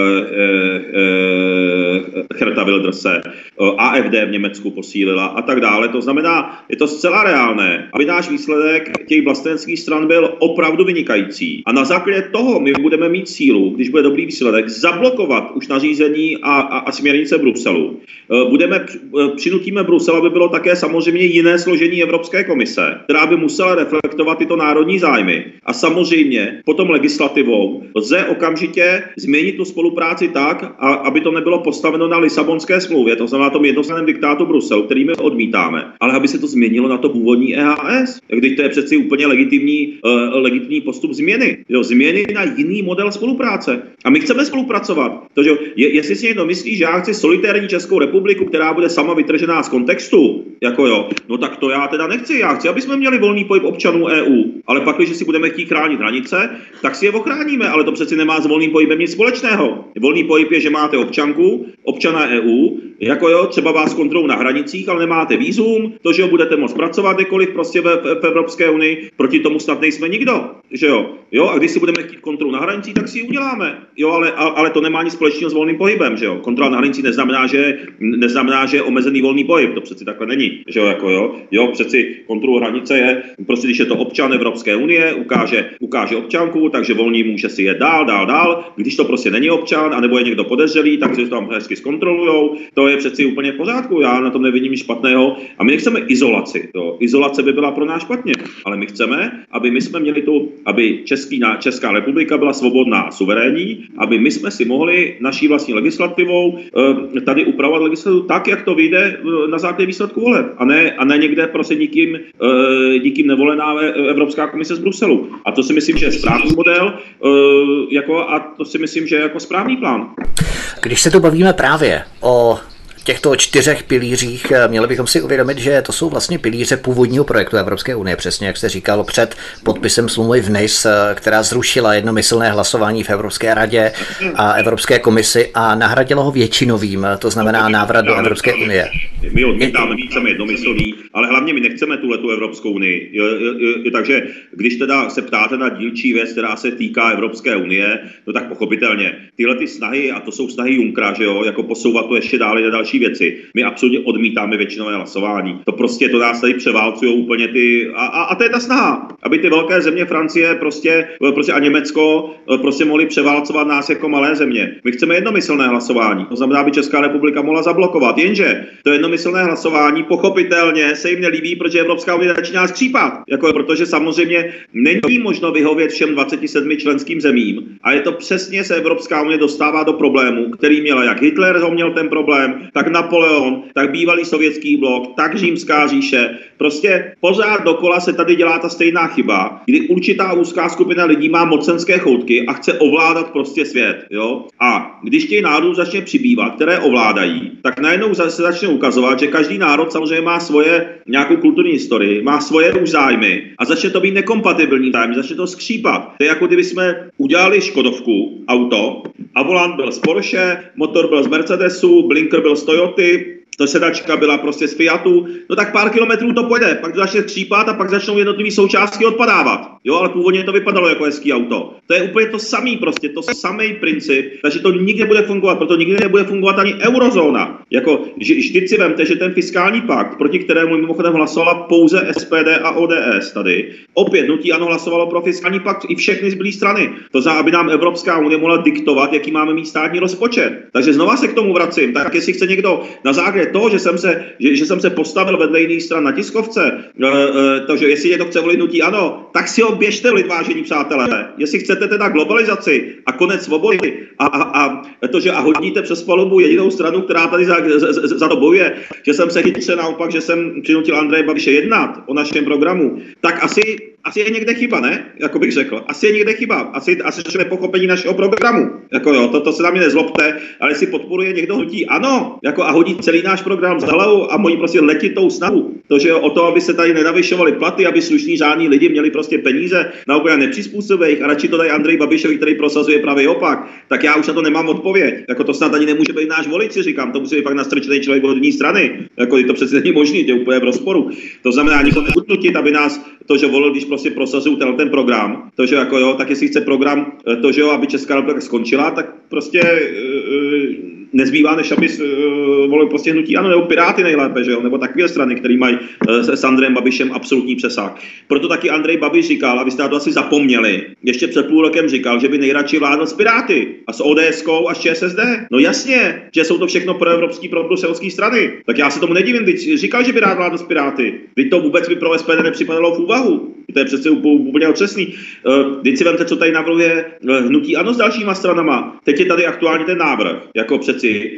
uh, Herta Wilderse, uh, A F D v Německu posílila a tak dále. To znamená, je to zcela reálné, aby náš výsledek těch vlasteneckých stran byl opravdu vynikající. A na základě toho my budeme mít sílu, když bude dobrý výsledek, zablokovat už nařízení a, a, a směrnice Bruselu. Budeme, přinutíme Brusel, aby bylo také samozřejmě jiné složení Evropské komise, která by musela reflektovat tyto národní zájmy. A samozřejmě potom legislativou lze okamžitě změnit tu spolupráci tak, a, aby to nebylo postaveno na Lisabonské smlouvě, to znamená tom jednostranném diktátu Bruselu, který my odmítáme, ale aby se to změnilo na to původní E H S. Když to je přeci úplně legitimní, uh, legitimní postup změny. Jo, změny na jiný model spolupráce. A my chceme spolupracovat. Takže je, jestli si někdo myslí, že já chci solitérní Českou republiku, která bude sama vytržená z kontextu, jako jo, no tak to já teda nechci. Já chci, aby jsme měli volný pohyb občanů E U. Ale pak, když si budeme chtít chránit hranice, tak si je ochráníme. Ale to přeci nemá s volným pohybem nic společného. Volný pohyb je, že máte občanku, občana E U, jako jo, třeba vás kontrolou na hranicích, ale nemáte vízum, to, že ho budete moct pracovat kdekoliv prostě v, v Evropské unii, proti tomu snad nejsme nikdo, že jo. Jo, a když si budeme chtít kontrolu na hranicích, tak si ji uděláme. Jo, ale, ale to nemá nic společného s volným pohybem, že jo. Kontrola na hranicích neznamená, že neznamená, že je omezený volný pohyb, to přeci takhle není, že jo, jako jo. Jo, přeci kontrolu hranice je, prostě když je to občan Evropské unie, ukáže, ukáže občanku, takže volný může si jet dál, dál, dál. Když to prostě není občan, anebo je někdo podezřelý, tak si to tam hezky zkontrolujou. To je přeci úplně v pořádku, já na tom nevidím nic špatného. A my nechceme izolaci. Jo. Izolace by byla pro nás špatně, ale my chceme, aby my jsme měli tu, aby Český, Česká republika byla svobodná a suverénní, aby my jsme si mohli naší vlastní legislativou eh, tady upravovat legislativu tak, jak to vyjde na základě výsledku voleb. A ne, a ne někde prostě nikým, eh, nikým nevolená Evropská komise z Bruselu. A to si myslím, že je správný model eh, jako, a to si myslím, že je jako správný plán. Když se tu bavíme právě o těchto čtyřech pilířích, měli bychom si uvědomit, že to jsou vlastně pilíře původního projektu Evropské unie, přesně jak jste říkal, před podpisem smlouvy v Nice, která zrušila jednomyslné hlasování v Evropské radě a Evropské komisi a nahradila ho většinovým, to znamená návrat do Evropské unie. My odmítáme, my chceme jednomyslný, ale hlavně my nechceme tuhletu Evropskou unii. Takže když teda se ptáte na dílčí věc, která se týká Evropské unie, no tak pochopitelně tyhle ty snahy, a to jsou snahy Junckera, že jo, jako posouvat to ještě dále na další věci. My absolutně odmítáme většinové hlasování. To prostě to nás tady převálcují úplně ty a, a, a to je ta snaha, aby ty velké země Francie prostě, prostě a Německo prostě mohly převálcovat nás jako malé země. My chceme jednomyslné hlasování. To znamená, aby Česká republika mohla zablokovat. Jenže to jednomyslné hlasování pochopitelně se jim nelíbí, protože Evropská unie začíná skřípat. Jako protože samozřejmě není možno vyhovět všem dvaceti sedmi členským zemím. A je to přesně se Evropská unie dostává do problému, který měla jak Hitler ho měl ten problém, tak Napoleon, tak bývalý sovětský blok, tak římská říše. Prostě pořád dokola se tady dělá ta stejná chyba, kdy určitá úzká skupina lidí má mocenské choutky a chce ovládat prostě svět. Jo? A když těch národů začne přibývat, které ovládají, tak najednou se začne ukazovat, že každý národ samozřejmě má svoje nějakou kulturní historii, má svoje už zájmy a začne to být nekompatibilní zájmy, začne to skřípat. To je jako kdyby jsme udělali Škodovku, auto, a volant byl z Porsche, motor byl z Mercedesu, blinker byl z Toyoty, to sedačka byla prostě z Fiatu, no tak pár kilometrů to pojede, pak to začne skřípat a pak začnou jednotlivý součástky odpadávat. Jo, ale původně to vypadalo jako hezký auto. To je úplně to samý prostě, to samý princip, takže to nikdy nebude fungovat, proto nikdy nebude fungovat ani eurozóna. Jako, vždyť si vemte, že ten fiskální pakt, proti kterému mimochodem hlasovala pouze S P D a O D S tady, opět hnutí ANO hlasovalo pro fiskální pakt i všechny zbylé strany. To znamená, aby nám Evropská unie mohla diktovat, jaký máme mít státní rozpočet. Takže znova se k tomu vracím. Tak jestli chce někdo na základě toho, že jsem se, že, že jsem se postavil vedle jiných stran na tiskovce, e, e, takže jestli někdo chce volit hnutí ANO, tak si ho běžte volit, vážení přátelé. Jestli chcete teda globalizaci a konec svobody a, a, a to, že a hodíte přes palubu jedinou stranu, která tady za, za, za to bojuje, že jsem se chytře naopak, že jsem přinutil Andreje Babiše jednat o našem programu, tak asi Asi je někde chyba, ne? Jako bych řekl. Asi je někde chyba. Asi, asi to je nepochopení našeho programu. Jako jo, to, to se na mě nezlobte, ale si podporuje někdo hnutí ano, jako a hodí celý náš program za hlavu a mojí prostě letitou snahu. To, že o to, aby se tady nenavyšovaly platy, aby slušní řádní lidi měli prostě peníze na úplně nepřizpůsobivých a radši to dají Andrej Babišovi, který prosazuje právě opak, tak já už na to nemám odpověď. Jako to snad ani nemůže být náš volič, si říkám, to musí být fakt nastrčený člověk od jiné strany. Jako to přece není možné, to je úplně v rozporu. To znamená, nikoho nebudu aby nás to, že volil, když prostě prosazují ten, ten program, to, že jako jo, tak jestli chce program, to, že jo, aby Česká republika skončila, tak prostě e, nezbývá, než aby e, volil prostě hnutí ANO, nebo Piráty nejlépe, že jo, nebo takové strany, které mají e, s Andrejem Babišem absolutní přesah. Proto taky Andrej Babiš říkal, a vy jste na to asi zapomněli, ještě před půl rokem říkal, že by nejradši vládl s Piráty a s ODSkou a s ČSSD. No jasně, že jsou to všechno proevropský, probruselský strany. Tak já se tomu nedivím, když říkal, že by rád vládl s Piráty. Vy to vůbec by pro S P D nepřipadalo v úvahu. To je přece úplně otřesný. Teď si vemte, co tady navrhuje hnutí ANO s dalšíma stranama. Teď je tady aktuálně ten návrh, jako přeci.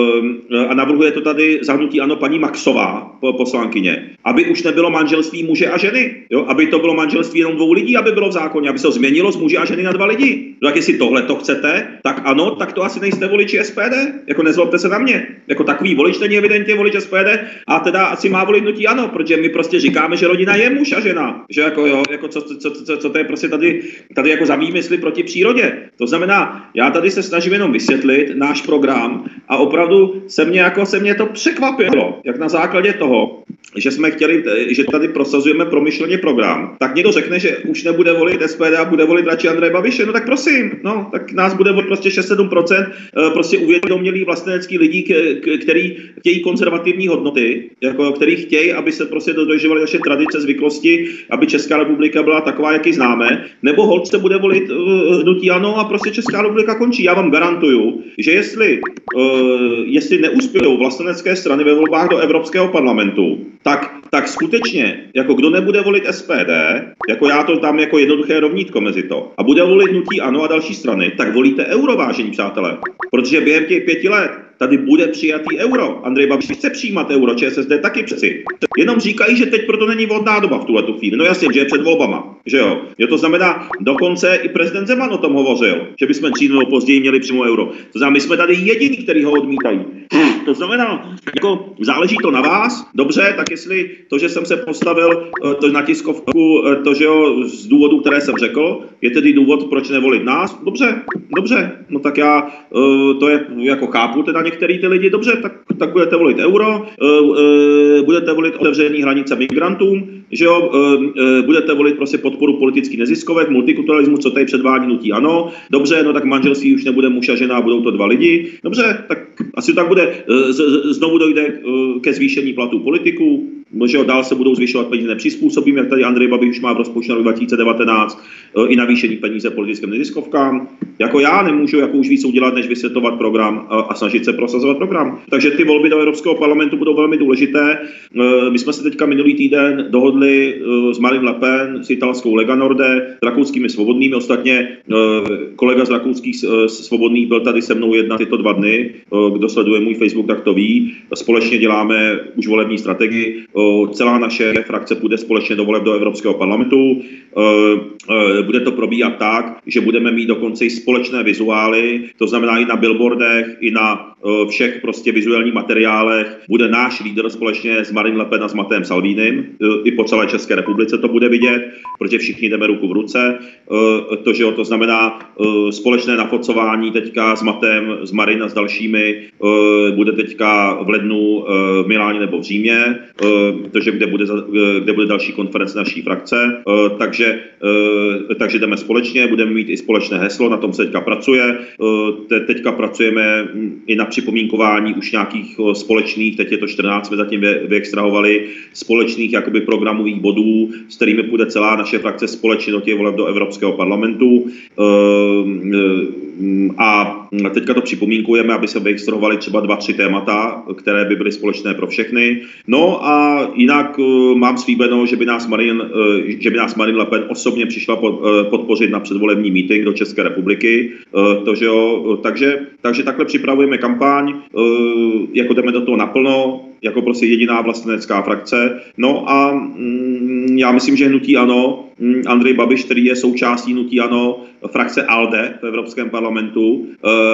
A navrhuje to tady za hnutí ANO paní Maxová, poslankyně, aby už nebylo manželství muže a ženy. Jo? Aby to bylo manželství jenom dvou lidí, aby bylo v zákoně, aby se to změnilo z muže a ženy na dva lidi. No, tak jestli tohle to chcete, tak ano, tak to asi nejste voliči S P D. Jako nezlobte se na mě. Jako takový volič není evidentně volič S P D a teda asi má volit hnutí ANO, protože my prostě říkáme, že rodina je muž a žena. Že jako jo, jako co, co, co, co to je prostě tady, tady jako za výmysly proti přírodě. To znamená, já tady se snažím jenom vysvětlit náš program a opravdu se mě, jako se mě to překvapilo, jak na základě toho, že jsme chtěli, že tady prosazujeme promyšleně program, tak někdo řekne, že už nebude volit S P D a bude volit radši Andreje Babiše, no tak prosím, no, tak nás bude volit prostě šest sedm procent prostě uvědomělý vlastenecký lidí, který chtějí konzervativní hodnoty, jako který chtějí, aby se prostě dodržovaly naše tradice, zvyklosti, aby Česká republika byla taková, jak ji známe, nebo holt se bude volit hnutí ANO a prostě Česká republika končí. Já vám garantuju, že jestli, uh, jestli neuspějou vlastenecké strany ve volbách do Evropského parlamentu, tak, tak skutečně, jako kdo nebude volit S P D, jako já to dám jako jednoduché rovnítko mezi to, a bude volit hnutí ANO a další strany, tak volíte euro, vážení přátelé. Protože během těch pěti let tady bude přijatý euro. Andrej Babiš chce přijímat euro, ČSSD taky přeci. Jenom říkají, že teď proto není vhodná doba v tuhletu chvíli. No jasně, že je před volbama, že jo. Jo, to znamená, dokonce i prezident Zeman o tom hovořil, že bychom dřív nebo později měli přijmout euro. To znamená, my jsme tady jediní, kteří ho odmítají. To znamená, jako záleží to na vás. Dobře, tak jestli to, že jsem se postavil to na tiskovku, to, že jo, z důvodu, které jsem řekl, je tedy důvod, proč nevolit nás. Dobře, dobře. No tak já to je jako chápu teda některý ty lidi, dobře, tak, tak budete volit euro, uh, uh, budete volit otevření hranice migrantům, že jo, uh, uh, budete volit prostě podporu politických neziskovek, multikulturalismu, co tady předvádí hnutí ANO, dobře, no tak manželství už nebude muž a žena a budou to dva lidi, dobře, tak asi tak bude, uh, z, znovu dojde uh, ke zvýšení platů politiků, že jo, dál se budou zvyšovat peníze nepřizpůsobím, jak tady Andrej Babiš už má v rozpočtu na dva tisíce devatenáct, uh, i navýšení peníze politickým neziskovkám. Jako já nemůžu jako už víc udělat, než vysvětlovat program a, a snažit se prosazovat program. Takže ty volby do Evropského parlamentu budou velmi důležité. My jsme se teďka minulý týden dohodli s Marine Le Pen, s italskou Lega Norde, s rakouskými svobodnými. Ostatně kolega z rakouských svobodných byl tady se mnou jedna tyto dva dny. Kdo sleduje můj Facebook, tak to ví. Společně děláme už volební strategii. Celá naše frakce půjde společně do voleb do Evropského parlamentu. Bude to probíhat tak, že budeme mít dokonce i společné vizuály, to znamená i na billboardech, i na všech prostě vizuálních materiálech bude náš lídr společně s Marine Le Pen a s Mattem Salvinim. I po celé České republice to bude vidět, protože všichni jdeme ruku v ruce. To, že jo, to znamená společné nafocování teďka s Mattem, s Marine a s dalšími bude teďka v lednu v Miláně nebo v Římě, protože kde bude, kde bude další konference naší frakce. Takže, takže jdeme společně, budeme mít i společné heslo, na tom se teďka pracuje. Teďka pracujeme i na připomínkování už nějakých společných, teď je to čtrnáct, jsme zatím vyextrahovali společných jakoby programových bodů, s kterými půjde celá naše frakce společně do těch voleb do Evropského parlamentu. A teďka to připomínkujeme, aby se vyextrahovali třeba dva, tři témata, které by byly společné pro všechny. No a jinak mám slíbeno, že by nás Marine, že by nás Marine Le Pen osobně přišla podpořit na předvolební meeting do České republiky. To, že jo, takže, takže takhle připravujeme kampaň, jako jdeme do toho naplno, jako prostě jediná vlastenecká frakce. No a mm, já myslím, že hnutí ANO, mm, Andrej Babiš, který je součástí hnutí ANO, frakce ALDE v Evropském parlamentu,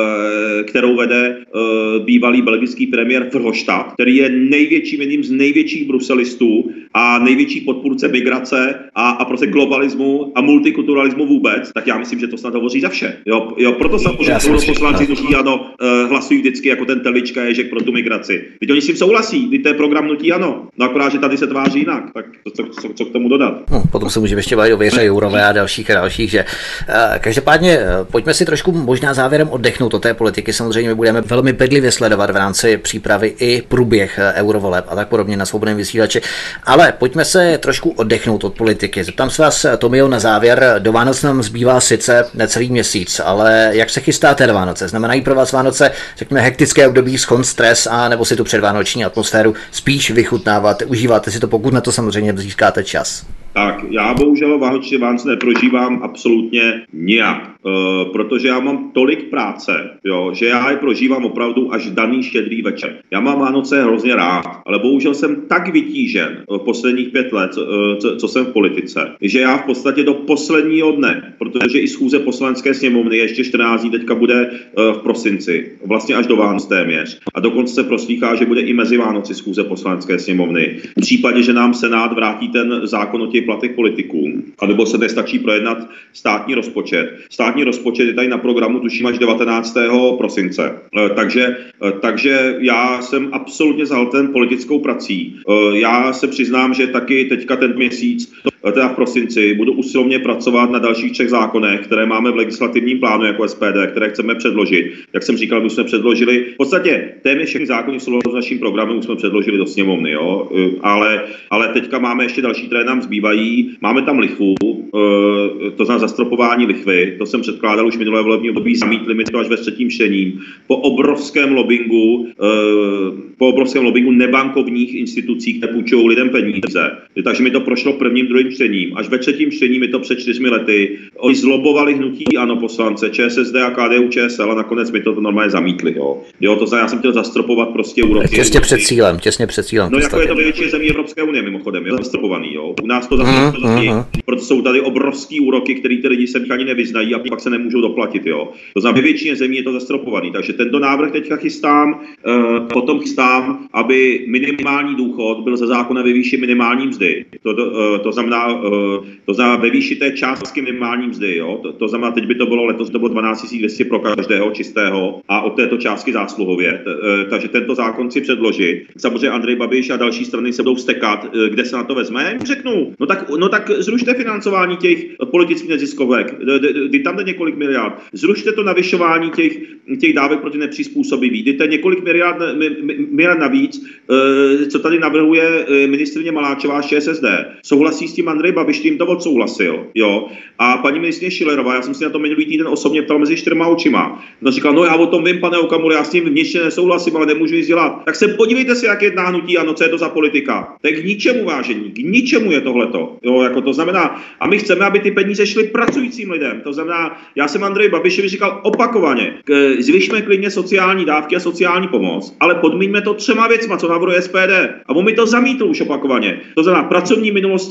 e, kterou vede e, bývalý belgický premiér Verhofstadt, který je největším, jedním z největších bruselistů a největší podpůrce migrace a, a prostě globalismu a multikulturalismu vůbec, tak já myslím, že to snad hovoří za vše. Jo, jo proto samozřejmě poslanci hnutí ANO e, hlasují vždycky jako ten Telička Ježek pro tu migraci. Teď oni s tím souhlasí. Teď to je program hnutí ANO. No akorát, že tady se tváří jinak. Tak co, co, co k tomu dodat? No, potom se můžeme ještě bavit o Věře Jourové a dalších a dalších, že každopádně pojďme si trošku možná závěrem oddechnout od té politiky. Samozřejmě budeme velmi bedlivě sledovat v rámci přípravy i průběh eurovoleb a tak podobně na Svobodném vysílači. Ale pojďme se trošku oddechnout od politiky. Zeptám se vás, Tomio, na závěr. Do Vánoc nám zbývá sice necelý měsíc, ale jak se chystáte do Vánoce? Znamenají pro vás Vánoce, řekněme, hektické období, schon, stres, a nebo si tu předvánoční atmosféru spíš vychutnáváte, užíváte si to, pokud na to samozřejmě získáte čas? Tak, já bohužel Vánoční Vánoce neprožívám absolutně nijak, e, protože já mám tolik práce, jo, že já je prožívám opravdu až daný štědrý večer. Já mám Vánoce hrozně rád, ale bohužel jsem tak vytížen v posledních pět let, e, co, co jsem v politice, že já v podstatě do posledního dne, protože i schůze poslanecké sněmovny ještě čtrnáct dní teďka bude e, v prosinci, vlastně až do Vánoc téměř. A dokonce se proslýchá, že bude i mezi Vánoci schůze poslanecké sněmovny. V případě, že nám Senát vrátí ten zákon o těch platech politiků, anebo se nestačí projednat státní rozpočet. Státní rozpočet je tady na programu, tuším, až devatenáctého prosince. Takže, takže já jsem absolutně zahlten politickou prací. Já se přiznám, že taky teďka ten měsíc, teda v prosinci, budu usilovně pracovat na dalších třech zákonech, které máme v legislativním plánu jako S P D, které chceme předložit. Jak jsem říkal, my jsme předložili, v podstatě téměř všechny zákony jsou v naším programu, už jsme předložili do sněmovny, jo? Ale, ale teďka máme ještě další, které nám zbývají. Máme tam lichvu, to znamená zastropování lichvy, to jsem předkládal už minulé volební období, zamítli mi to až ve třetím čtení. Po obrovském lobbingu, po obrovském lobbingu nebankovních institucí, které půjčují lidem peníze. Takže mi to prošlo prvním, druhým čtením. Až ve třetím čtení mi to před čtyřmi lety. Oni zlobovali hnutí ANO poslance, ČSSD a K D U Č S L a nakonec mi to normálně zamítli. Jo, jo to znamená, já jsem chtěl zastropovat prostě úroky. Těsně před cílem, těsně před cílem. No jako je to ve většině zemí Evropské unie mimochodem, je zastropovaný, jo. U nás to zastropovaný, proto jsou tady obrovský úroky, které ty lidi se ani nevyznají a pak se nemůžou doplatit, jo. To znamená, ve většině zemí je to zastropovaný, takže tento návrh teďka chystám, uh, potom chystám, aby minimální důchod byl ze zákona ve výši minimální mzdy. To, to, uh, to znamená, uh, to znamená ve výši té částky minimální mzdy, jo. To, to znamená, teď by to bylo letos to bylo dvanáct tisíc dvě stě pro každého čistého a od této částky zásluhově. T, uh, takže tento zákon si předložit. Samozřejmě Andrej Babiš a další strany se budou vztekat, uh, kde se na to vezme. Já jim řeknu, no tak, no tak zrušte financování těch politických neziskovek. Kdy tam jde několik miliard. Zrušte to navyšování těch, těch dávek proti nepřizpůsobivých. Dejte několik miliard, miliard navíc, co tady navrhuje ministryně Maláčová z ČSSD. Souhlasí s tím Andrej Babiš, tím to odsouhlasil. Jo? A paní ministryně Schillerová, já jsem si na to minulý týden osobně ptal mezi čtyřma očima. No říkal, no já o tom vím, pane Okamuro, já s tím vnitřně nesouhlasím, ale nemůžu nic dělat. Tak se podívejte si, jak jedná hnutí ANO, co je to za politika. Tak k ničemu, vážení, k ničemu je tohleto. Jo, jako to znamená, a my chceme, aby ty peníze šly pracujícím lidem. To znamená, já jsem Andrej Babišovi říkal opakovaně, zvyšme klidně sociální dávky a sociální pomoc, ale podmíňme to třema věcma, co navrhuje S P D. A on mi to zamítl už opakovaně. To znamená pracovní minulostí alespoň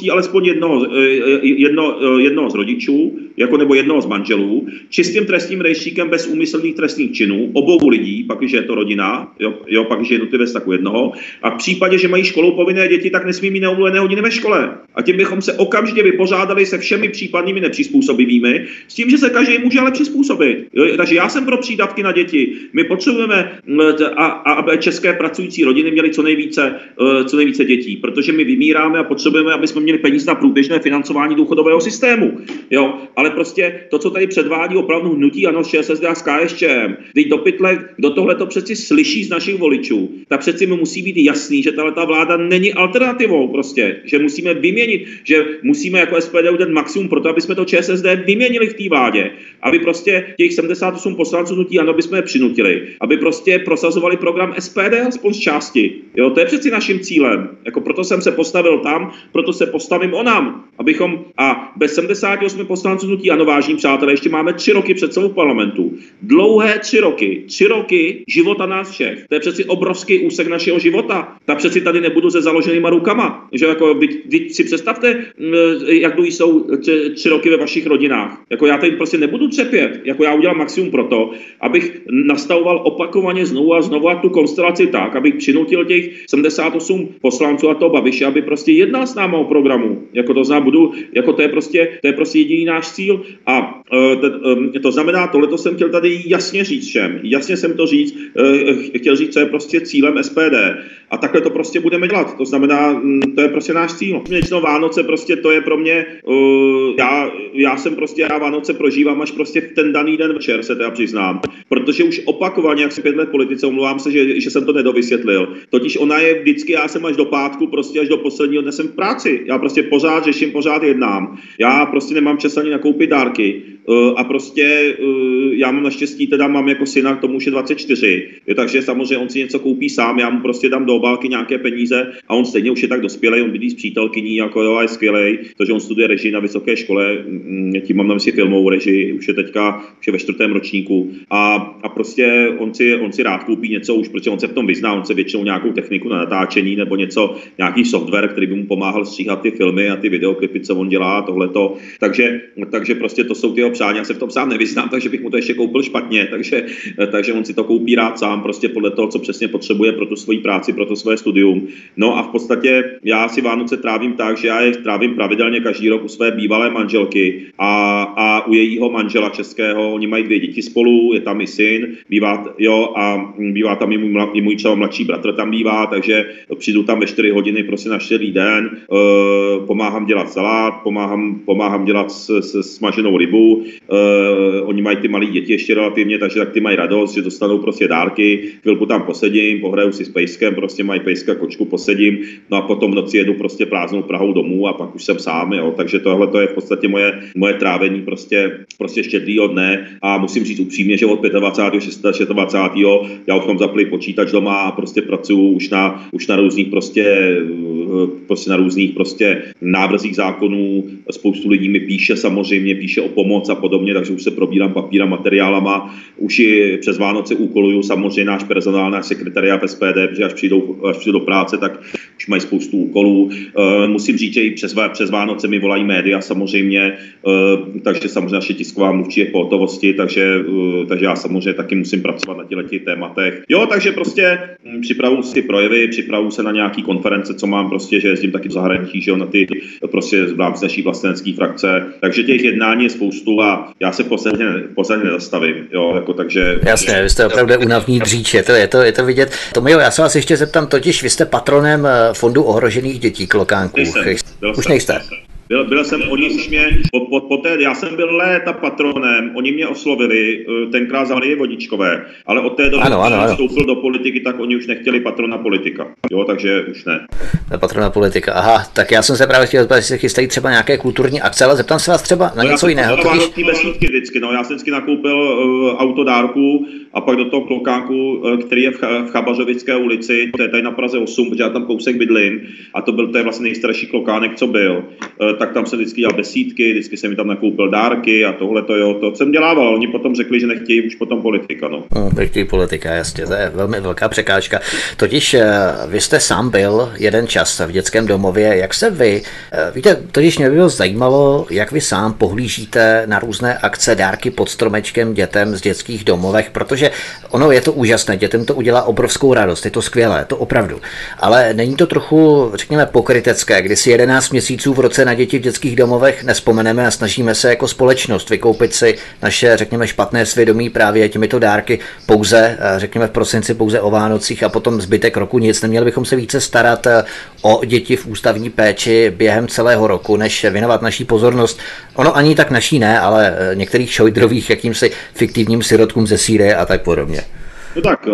jednoho, jedno, jednoho z rodičů, jako nebo jednoho z manželů, čistým trestním rejstříkem bez úmyslných trestných činů, obou lidí, pak když je to rodina, jo, jo pak když je jednotlivec tak u jednoho, a v případě, že mají školou povinné děti, tak nesmí mít neomluvené hodiny ve škole. A tím bychom se okamžitě vypořádali se všemi případnými nepřizpůsobivými, s tím, že se každý může ale přizpůsobit. Jo, takže já jsem pro přídavky na děti. My potřebujeme, a, a aby české pracující rodiny měly co nejvíce, co nejvíce dětí, protože my vymíráme a potřebujeme, aby jsme měli peníze na průběžné financování důchodového systému. Jo, ale prostě to, co tady předvádí opravdu hnutí ANO, ČSSD a s KSČM, teď do pytle, kdo tohle to přeci slyší z našich voličů, tak přeci mi musí být jasný, že tato vláda není alternativou prostě, že musíme vyměnit, že musíme jako S P D udělat maximum pro to, aby jsme to ČSSD vyměnili v té vládě, aby prostě těch sedmdesát osm poslanců hnutí ANO, aby jsme je přinutili, aby prostě prosazovali program S P D aspoň z části. Jo, to je přeci naším cílem. Jako proto jsem se postavil tam, proto se postavím onam, abychom a bez sedmdesáti osmi poslanců hnutí ANO, vážení přátelé, ještě máme tři roky před celou parlamentu. Dlouhé tři roky, tři roky života nás všech. To je přeci obrovský úsek našeho života. Ta přeci tady nebudu se založenýma rukama. Že jako, vy, vy si představte, jak dlouhý jsou tři, tři roky ve vašich rodinách. Jako já tady prostě nebudu třepět. Jako já udělám maximum pro to, abych nastavoval opakovaně znovu a znovu a tu konstelaci tak, abych přinutil těch sedmdesát osm poslanců a toho Babiše, aby prostě jednal s námi o programu. Jako to znamená, budu, jako to je prostě, to je prostě jediný náš cíl. A uh, to znamená, tohle jsem chtěl tady jasně říct všem. Jasně jsem to říct, uh, chtěl říct, co je prostě cílem S P D. A takhle to prostě budeme dělat. To znamená, to je prostě náš cíl. Většinou Vánoce prostě to je pro mě, uh, já, já jsem prostě, já Vánoce prožívám až prostě v ten daný den večer, se teda přiznám. Protože už opakovaně, jak si pět let politice, omlouvám se, že, že jsem to nedovysvětlil. Totiž ona je vždycky, já jsem až do pátku, prostě až do posledního dne jsem v práci. Já prostě pořád řeším, pořád jednám. Já prostě nemám čas ani nakoupit dárky. Uh, a prostě uh, já mám naštěstí, teda mám jako syna, k tomu už je dvacet čtyři, jo, takže samozřejmě on si něco koupí sám, já mu prostě dám do obálky nějaké peníze a on stejně už je tak dospělej, on bydlí s přítelkyní, jako jo, a je skvělej, protože on studuje režii na vysoké škole, tím mám na mysli filmovou režii, už je teďka, už je ve čtvrtém ročníku a, a prostě on si, on si rád koupí něco už, protože on se v tom vyzná, on se většinou nějakou techniku na natáčení nebo něco, nějaký software, který by mu pomáhal stříhat ty filmy a ty videoklipy, co on dělá, tohleto, takže, takže prostě to jsou ty přání, já se v tom sám nevyznám, takže bych mu to ještě koupil špatně, takže, takže on si to koupí rád sám, prostě podle toho, co přesně potřebuje pro tu svoji práci, pro to svoje studium. No a v podstatě já si Vánoce trávím tak, že já je trávím pravidelně každý rok u své bývalé manželky a, a u jejího manžela českého, oni mají dvě děti spolu, je tam i syn, bývá, jo, a bývá tam i můj, i můj třeba mladší bratr tam bývá, takže přijdu tam ve čtyři hodiny prostě na štědrý den, uh, pomáhám dělat salát, pomáhám, pomáhám dělat s, s, smaženou rybu. Uh, oni mají ty malé děti ještě relativně, takže tak ty mají radost, že dostanou prostě dárky, chvilku tam posedím, pohraju si s pejskem, prostě mají pejska, kočku, posedím, no a potom v noci jedu prostě prázdnou Prahou domů a pak už jsem sám, jo, takže tohle to je v podstatě moje, moje trávení prostě, prostě štědrýho dne a musím říct upřímně, že od dvacátého pátého, dvacátého šestého já už mám zaplý počítač doma a prostě pracuju už na, už na různých prostě, prostě na různých prostě návrzích zákonů, spoustu lidí mi píše samozřejmě, píše o pomoc a podobně, takže už se probírám papíra, materiálama, už i přes Vánoce úkoluju samozřejmě náš personál, náš sekretariát S P D, protože až přijdou, až přijdou do práce, tak už mají spoustu úkolů. Uh, musím říct, že i přes, přes Vánoce mi volají média samozřejmě, uh, takže samozřejmě naše tisková mluvčí je po hotovosti, takže, uh, takže já samozřejmě taky musím pracovat na těchto tématech. Jo, takže prostě hm, připravuju si projevy, připravuju se na nějaký konference, co mám prostě, že jezdím taky v zahraničí, že jo, na ty prostě v rámci naší vlastenecké frakce, takže těch jednání je spoustu a já se posledně, posledně nezastavím, jo, jako takže... Jasně, vy jste opravdu unavní dříče, to je to, je to vidět. Tomio, já se vás ještě zeptám, totiž vy jste patronem Fondu ohrožených dětí Klokánků. Už nejste. Byl, byl jsem, oni už mě, po, po, poté, já jsem byl léta patronem, oni mě oslovili, tenkrát za Marie Vodičkové, ale od té doby, když jsem vstoupil do politiky, tak oni už nechtěli patrona politika, jo, takže už ne. Patrona politika, aha, tak já jsem se právě chtěl zeptat, jestli se chystají třeba nějaké kulturní akce, ale zeptám se vás třeba na no, něco jiného. Totiž... besídky vždycky, no, já jsem vždycky nakoupil uh, autodárku a pak do toho Klokánku, uh, který je v, v Chabařovické ulici, to je tady na Praze osm, protože já tam kousek bydlím a to byl to je vlastně nejstarší Klokánek, co byl. Uh, tak tam se vždycky dělal besídky, vždycky jsem mi tam nakoupil dárky a tohle to jo, to jsem dělával. Oni potom řekli, že nechtějí už potom politika, no. No, nechtějí politika, jasně, to je velmi velká překážka. Totiž vy jste sám byl jeden čas v dětském domově, jak se vy, víte, totiž mě by bylo zajímalo, jak vy sám pohlížíte na různé akce, dárky pod stromečkem dětem z dětských domovech, protože ono je to úžasné, dětem to udělá obrovskou radost, je to skvělé, to opravdu. Ale není to trochu, řekněme, pokrytecké, kdy si jedenáct měsíců v roce na děti v dětských domovech nespomeneme a snažíme se jako společnost vykoupit si naše, řekněme, špatné svědomí právě těmito dárky pouze, řekněme, v prosinci pouze o Vánocích a potom zbytek roku nic. Neměli bychom se více starat o děti v ústavní péči během celého roku, než věnovat naší pozornost. Ono ani tak naší ne, ale některých šojdrových jakýmsi fiktivním sirotkům ze Sýrie a tak podobně. No tak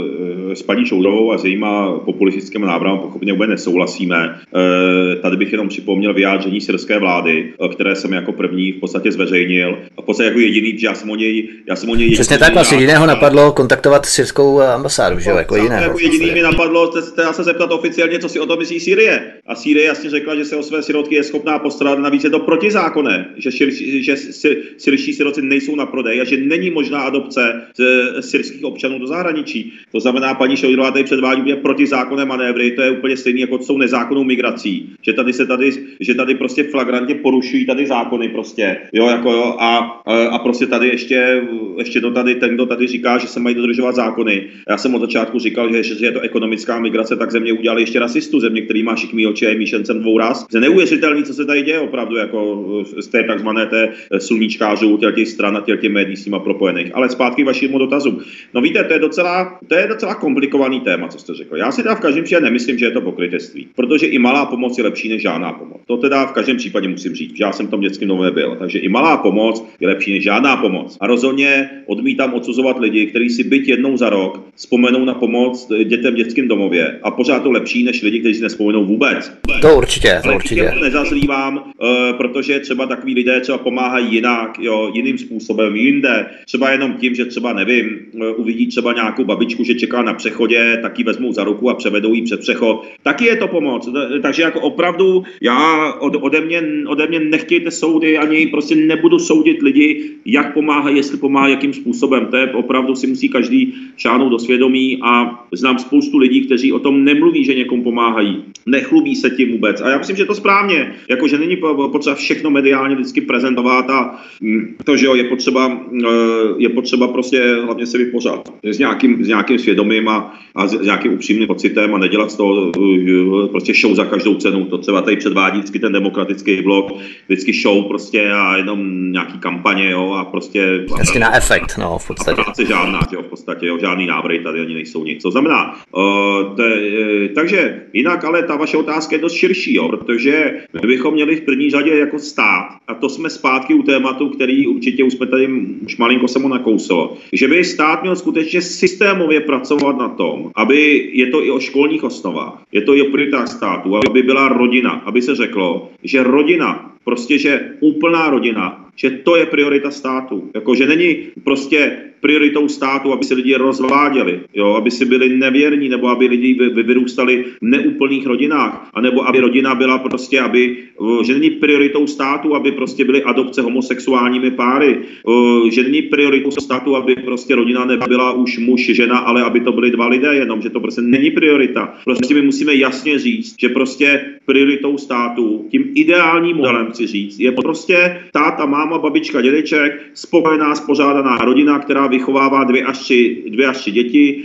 s paní Šoudrovou a s jejíma populistickými návrhy pochopně vůbec nesouhlasíme. Tady bych jenom připomněl vyjádření syrské vlády, které jsem jako první v podstatě zveřejnil. A v podstatě jako jediný, že já jsem o něj... Já jsem o něj Přesně tak, vás jediného napadlo kontaktovat syrskou ambasádu, že jo? Jako jiného. Jako jediný mi napadlo teda se zeptat oficiálně, co si o tom myslí Sýrie. A Sýrie jasně řekla, že se o své sirotky je schopná postarat, navíc je to protizákonné, že, šir, že syrští sirotci nejsou na prodej a že není možná adopce syrských občanů do zahraničí. To znamená, paní Šojdrová tady předvádí úplně protizákonné manévry, to je úplně stejný jako s tou nezákonnou migrací, že tady se tady, že tady prostě flagrantně porušují tady zákony prostě, jo, jako jo, a, a prostě tady ještě, ještě to tady, ten, kdo tady říká, že se mají dodržovat zákony. Já jsem od začátku říkal, že, že je to ekonomická migrace, tak ze mě udělali ještě rasistu, země, který má šikmý oči a je míšencem dvou ras. Je neuvěřitelný, co se tady děje opravdu, jako z té takzvané té sluníčkářů, těch stran a těch médií s nima propojených. Ale zpátky k vašemu dotazu. No víte, to je docela, to je docela komplikovaný téma, co jste řekl. Já si teda v každém případě nemyslím, že je to pokrytectví, protože i malá pomoc je lepší než žádná pomoc. To teda v každém případě musím říct, že já jsem v tom dětském domově byl, takže i malá pomoc je lepší než žádná pomoc. A rozhodně odmítám odsuzovat lidi, kteří si byť jednou za rok vzpomenou na pomoc dětem v dětském domově a pořád to lepší než lidi, kteří si nespomenou vůbec. To určitě, to určitě. Ale nezazlívám, uh, protože třeba takový lidé třeba pomáhají jinak, jo, jiným způsobem, jinde, třeba jenom tím, že třeba nevím, uh, uvidí třeba nějakou babičku, že čeká na přechodě, tak ji vezmou za ruku a převedou ji před přechod. Taky je to pomoc. Takže jako opravdu já od, ode, mě, ode mě nechtějte soudy, ani prostě nebudu soudit lidi, jak pomáhají, jestli pomáhají, jakým způsobem. To je opravdu si musí každý šáhnout do svědomí a znám spoustu lidí, kteří o tom nemluví, že někomu pomáhají. Nechlubí se tím vůbec. A já myslím, že to správně. Jako, že není potřeba všechno mediálně vždycky prezentovat a to, že jo, je potřeba, je potřeba prostě hlavně se vypořádat s nějakým, s nějakým svědomím a, a s nějakým upřímným pocitem a nedělat z toho prostě show za každou cenu. To třeba tady předvádí vždycky ten demokratický blok, vždycky show prostě a jenom nějaký kampaně, jo, a prostě... Vždycky na efekt, no, v podstatě. A práce žádná, jo, v podstatě, jo, žádný návrhy tady ani nejsou nic. To znamená, uh, te, uh, takže jinak, ale ta vaše otázka je dost širší, jo, protože my bychom měli v první řadě jako stát, a to jsme zpátky u tématu, který určitě už jsme tady už malinko se mu nakouslo, že by stát měl skutečně systémově pracovat na tom, aby je to i o školních osnovách, je to i o prioritách státu, aby byla rodina, aby se řeklo, že rodina, prostě že úplná rodina, že to je priorita státu. Jako, že není prostě prioritou státu, aby se lidi rozváděli, jo, aby si byli nevěrní, nebo aby lidi vy, vyrůstali v neúplných rodinách, anebo aby rodina byla prostě, aby, že není prioritou státu, aby prostě byly adopce homosexuálními páry, že není prioritou státu, aby prostě rodina nebyla už muž, žena, ale aby to byly dva lidé jenom, že to prostě není priorita. Prostě my musíme jasně říct, že prostě prioritou státu, tím ideálním modelem chci říct, je prostě táta, máma, babička, dědeček, spokojená, spořádaná rodina, která vychovává dvě až tři, dvě až tři děti,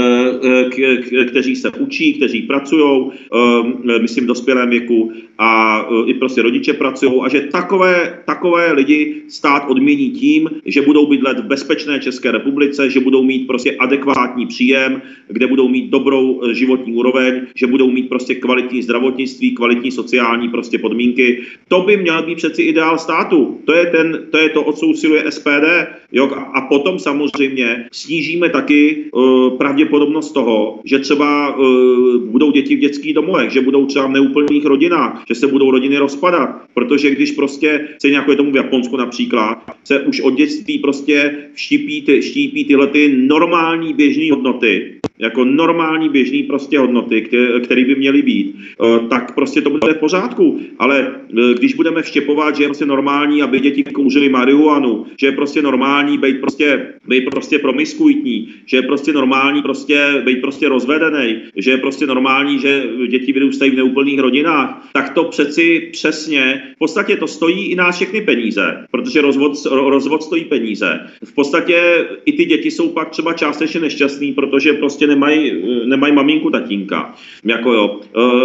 k, k, kteří se učí, kteří pracují, myslím v dospělém věku a i prostě rodiče pracují a že takové, takové lidi stát odmění tím, že budou bydlet v bezpečné České republice, že budou mít prostě adekvátní příjem, kde budou mít dobrou životní úroveň, že budou mít prostě kvalitní zdravotnictví, kvalitní sociální prostě podmínky. To by měl být přeci ideál státu. To je, ten, to, je to, o co usiluje S P D. Jo? A potom samozřejmě snížíme taky uh, pravděpodobnost toho, že třeba uh, budou děti v dětských domovech, že budou třeba v neúplných rodinách, že se budou rodiny rozpadat, protože když prostě, stejně jako je tomu v Japonsku například, se už od dětství prostě štípí, ty, štípí tyhle ty normální běžné hodnoty, jako normální běžný prostě hodnoty, které by měly být, tak prostě to bude v pořádku. Ale když budeme vštěpovat, že je prostě normální, aby děti kouřily marihuanu, že je prostě normální být prostě, být prostě promiskuitní, že je prostě normální prostě být prostě rozvedený, že je prostě normální, že děti vyrůstají v neúplných rodinách, tak to přeci přesně, v podstatě to stojí i nás všechny peníze, protože rozvod, rozvod stojí peníze. V podstatě i ty děti jsou pak třeba částečně nešťastný, protože prostě nemají, nemají maminku, tatínka. Jako jo.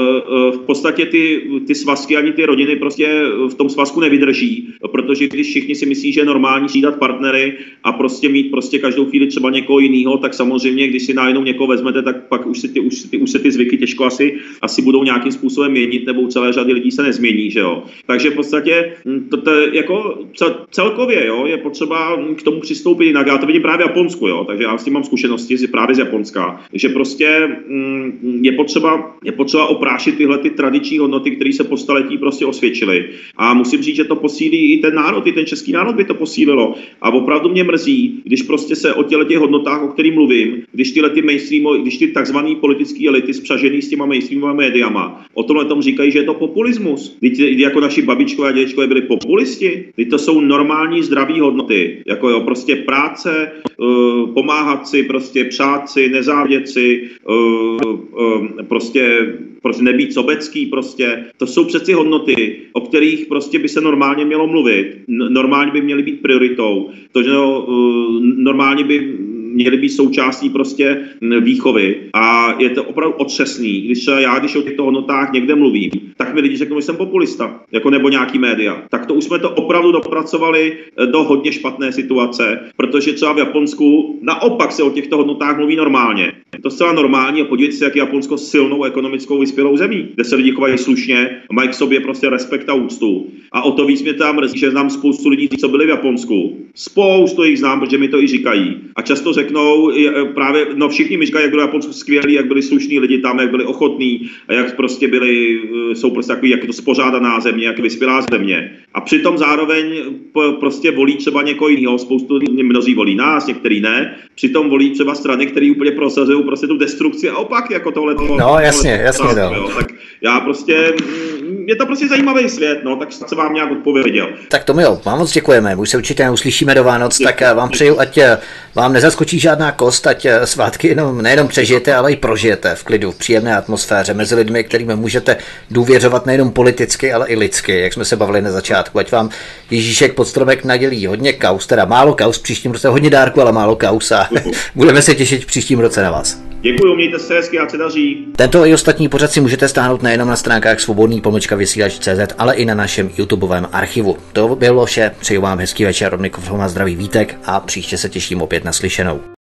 V podstatě ty, ty svazky ani ty rodiny prostě v tom svazku nevydrží, protože když všichni si myslí, že je normální střídat partnery a prostě mít prostě každou chvíli třeba někoho jiného, tak samozřejmě, když si najednou někoho vezmete, tak pak už, si ty, už, ty, už se ty zvyky těžko asi, asi budou nějakým způsobem měnit, nebo celé řady lidí se nezmění, že jo. Takže v podstatě to, to jako celkově, jo, je potřeba k tomu přistoupit jinak. Já to vidím právě v Japonsku, jo, takže já s tím mám zkušenosti právě z Japonska, že prostě mm, je potřeba, je potřeba oprášit tyhle ty tradiční hodnoty, které se po staletí prostě osvědčily. A musím říct, že to posílí i ten národ, i ten český národ by to posílilo. A opravdu mě mrzí, když prostě se o těchto těch hodnotách, o kterých mluvím, když tyhle ty mainstream, když ty takzvaný politické elity spřažený s těma mainstreamovými médiama, o tomhle tom říkají, že je to populismus. Když jako naši babičkové a dědečkové byli populisti, když to jsou normální zdraví hodnoty, jako jo, prostě práce, uh, pomáhat si, prostě přát si, nezávidět si, uh, uh, prostě prostě nebýt sobecký, prostě. To jsou přeci hodnoty, o kterých prostě by se normálně mělo mluvit. Normálně by měly být prioritou. To, že no, normálně by měly být součástí prostě výchovy a je to opravdu otřesný. Když já, když o těchto hodnotách někde mluvím, tak mi lidi řeknou, že jsem populista, jako nebo nějaký média. Tak to už jsme to opravdu dopracovali do hodně špatné situace, protože třeba v Japonsku naopak se o těchto hodnotách mluví normálně. Je to zcela normální a podívejte se, jak je Japonsko silnou ekonomickou vyspělou zemí, kde se lidi chovají slušně a mají k sobě prostě respekt a úctu. A o to víc mě tam mrzí, že znám spoustu lidí, co byli v Japonsku. Spoustu jich znám, protože mi to i říkají. A často řeknou, právě, no všichni mi říkají, jak byli v Japonsku skvělí, jak byli slušní lidi tam, jak byli ochotní, a jak prostě byli, jsou prostě takový, jak je to spořádaná země, jak je vyspělá země. A přitom zároveň prostě volí třeba někoho jiného, spoustu mnozí volí nás, některý ne. Přitom volí třeba strany, které úplně prosazují prostě tu destrukci a opak jako tohle. No jasně, jasně, jo. Tak já prostě, je to prostě zajímavý svět, no, tak se vám nějak odpověděl. Tak Tomio, vám moc děkujeme, už se určitě neuslyšíme do Vánoc, děkuji, tak vám přeju, ať vám nezaskočí žádná kost, ať svátky jenom, nejenom přežijete, ale i prožijete v klidu, v příjemné atmosféře mezi lidmi, kterými můžete důvěřovat nejenom politicky, ale i lidsky, jak jsme se bavili na začátku. Ať vám Ježíšek pod stromek nadělí hodně kaus, teda málo kaus, příštím roce hodně dárku, ale málo kaus a budeme se těšit v příštím roce na vás. Děkuji, mějte se hezky, ať se daří. Tento i ostatní pořad si můžete stáhnout nejenom na stránkách svobodný pomlčka vysílač tečka cé zet, ale i na našem YouTubeovém archivu. To bylo vše, přeju vám hezký večer, od mikrofonu a zdravý Vítek a příště se těším opět na slyšenou.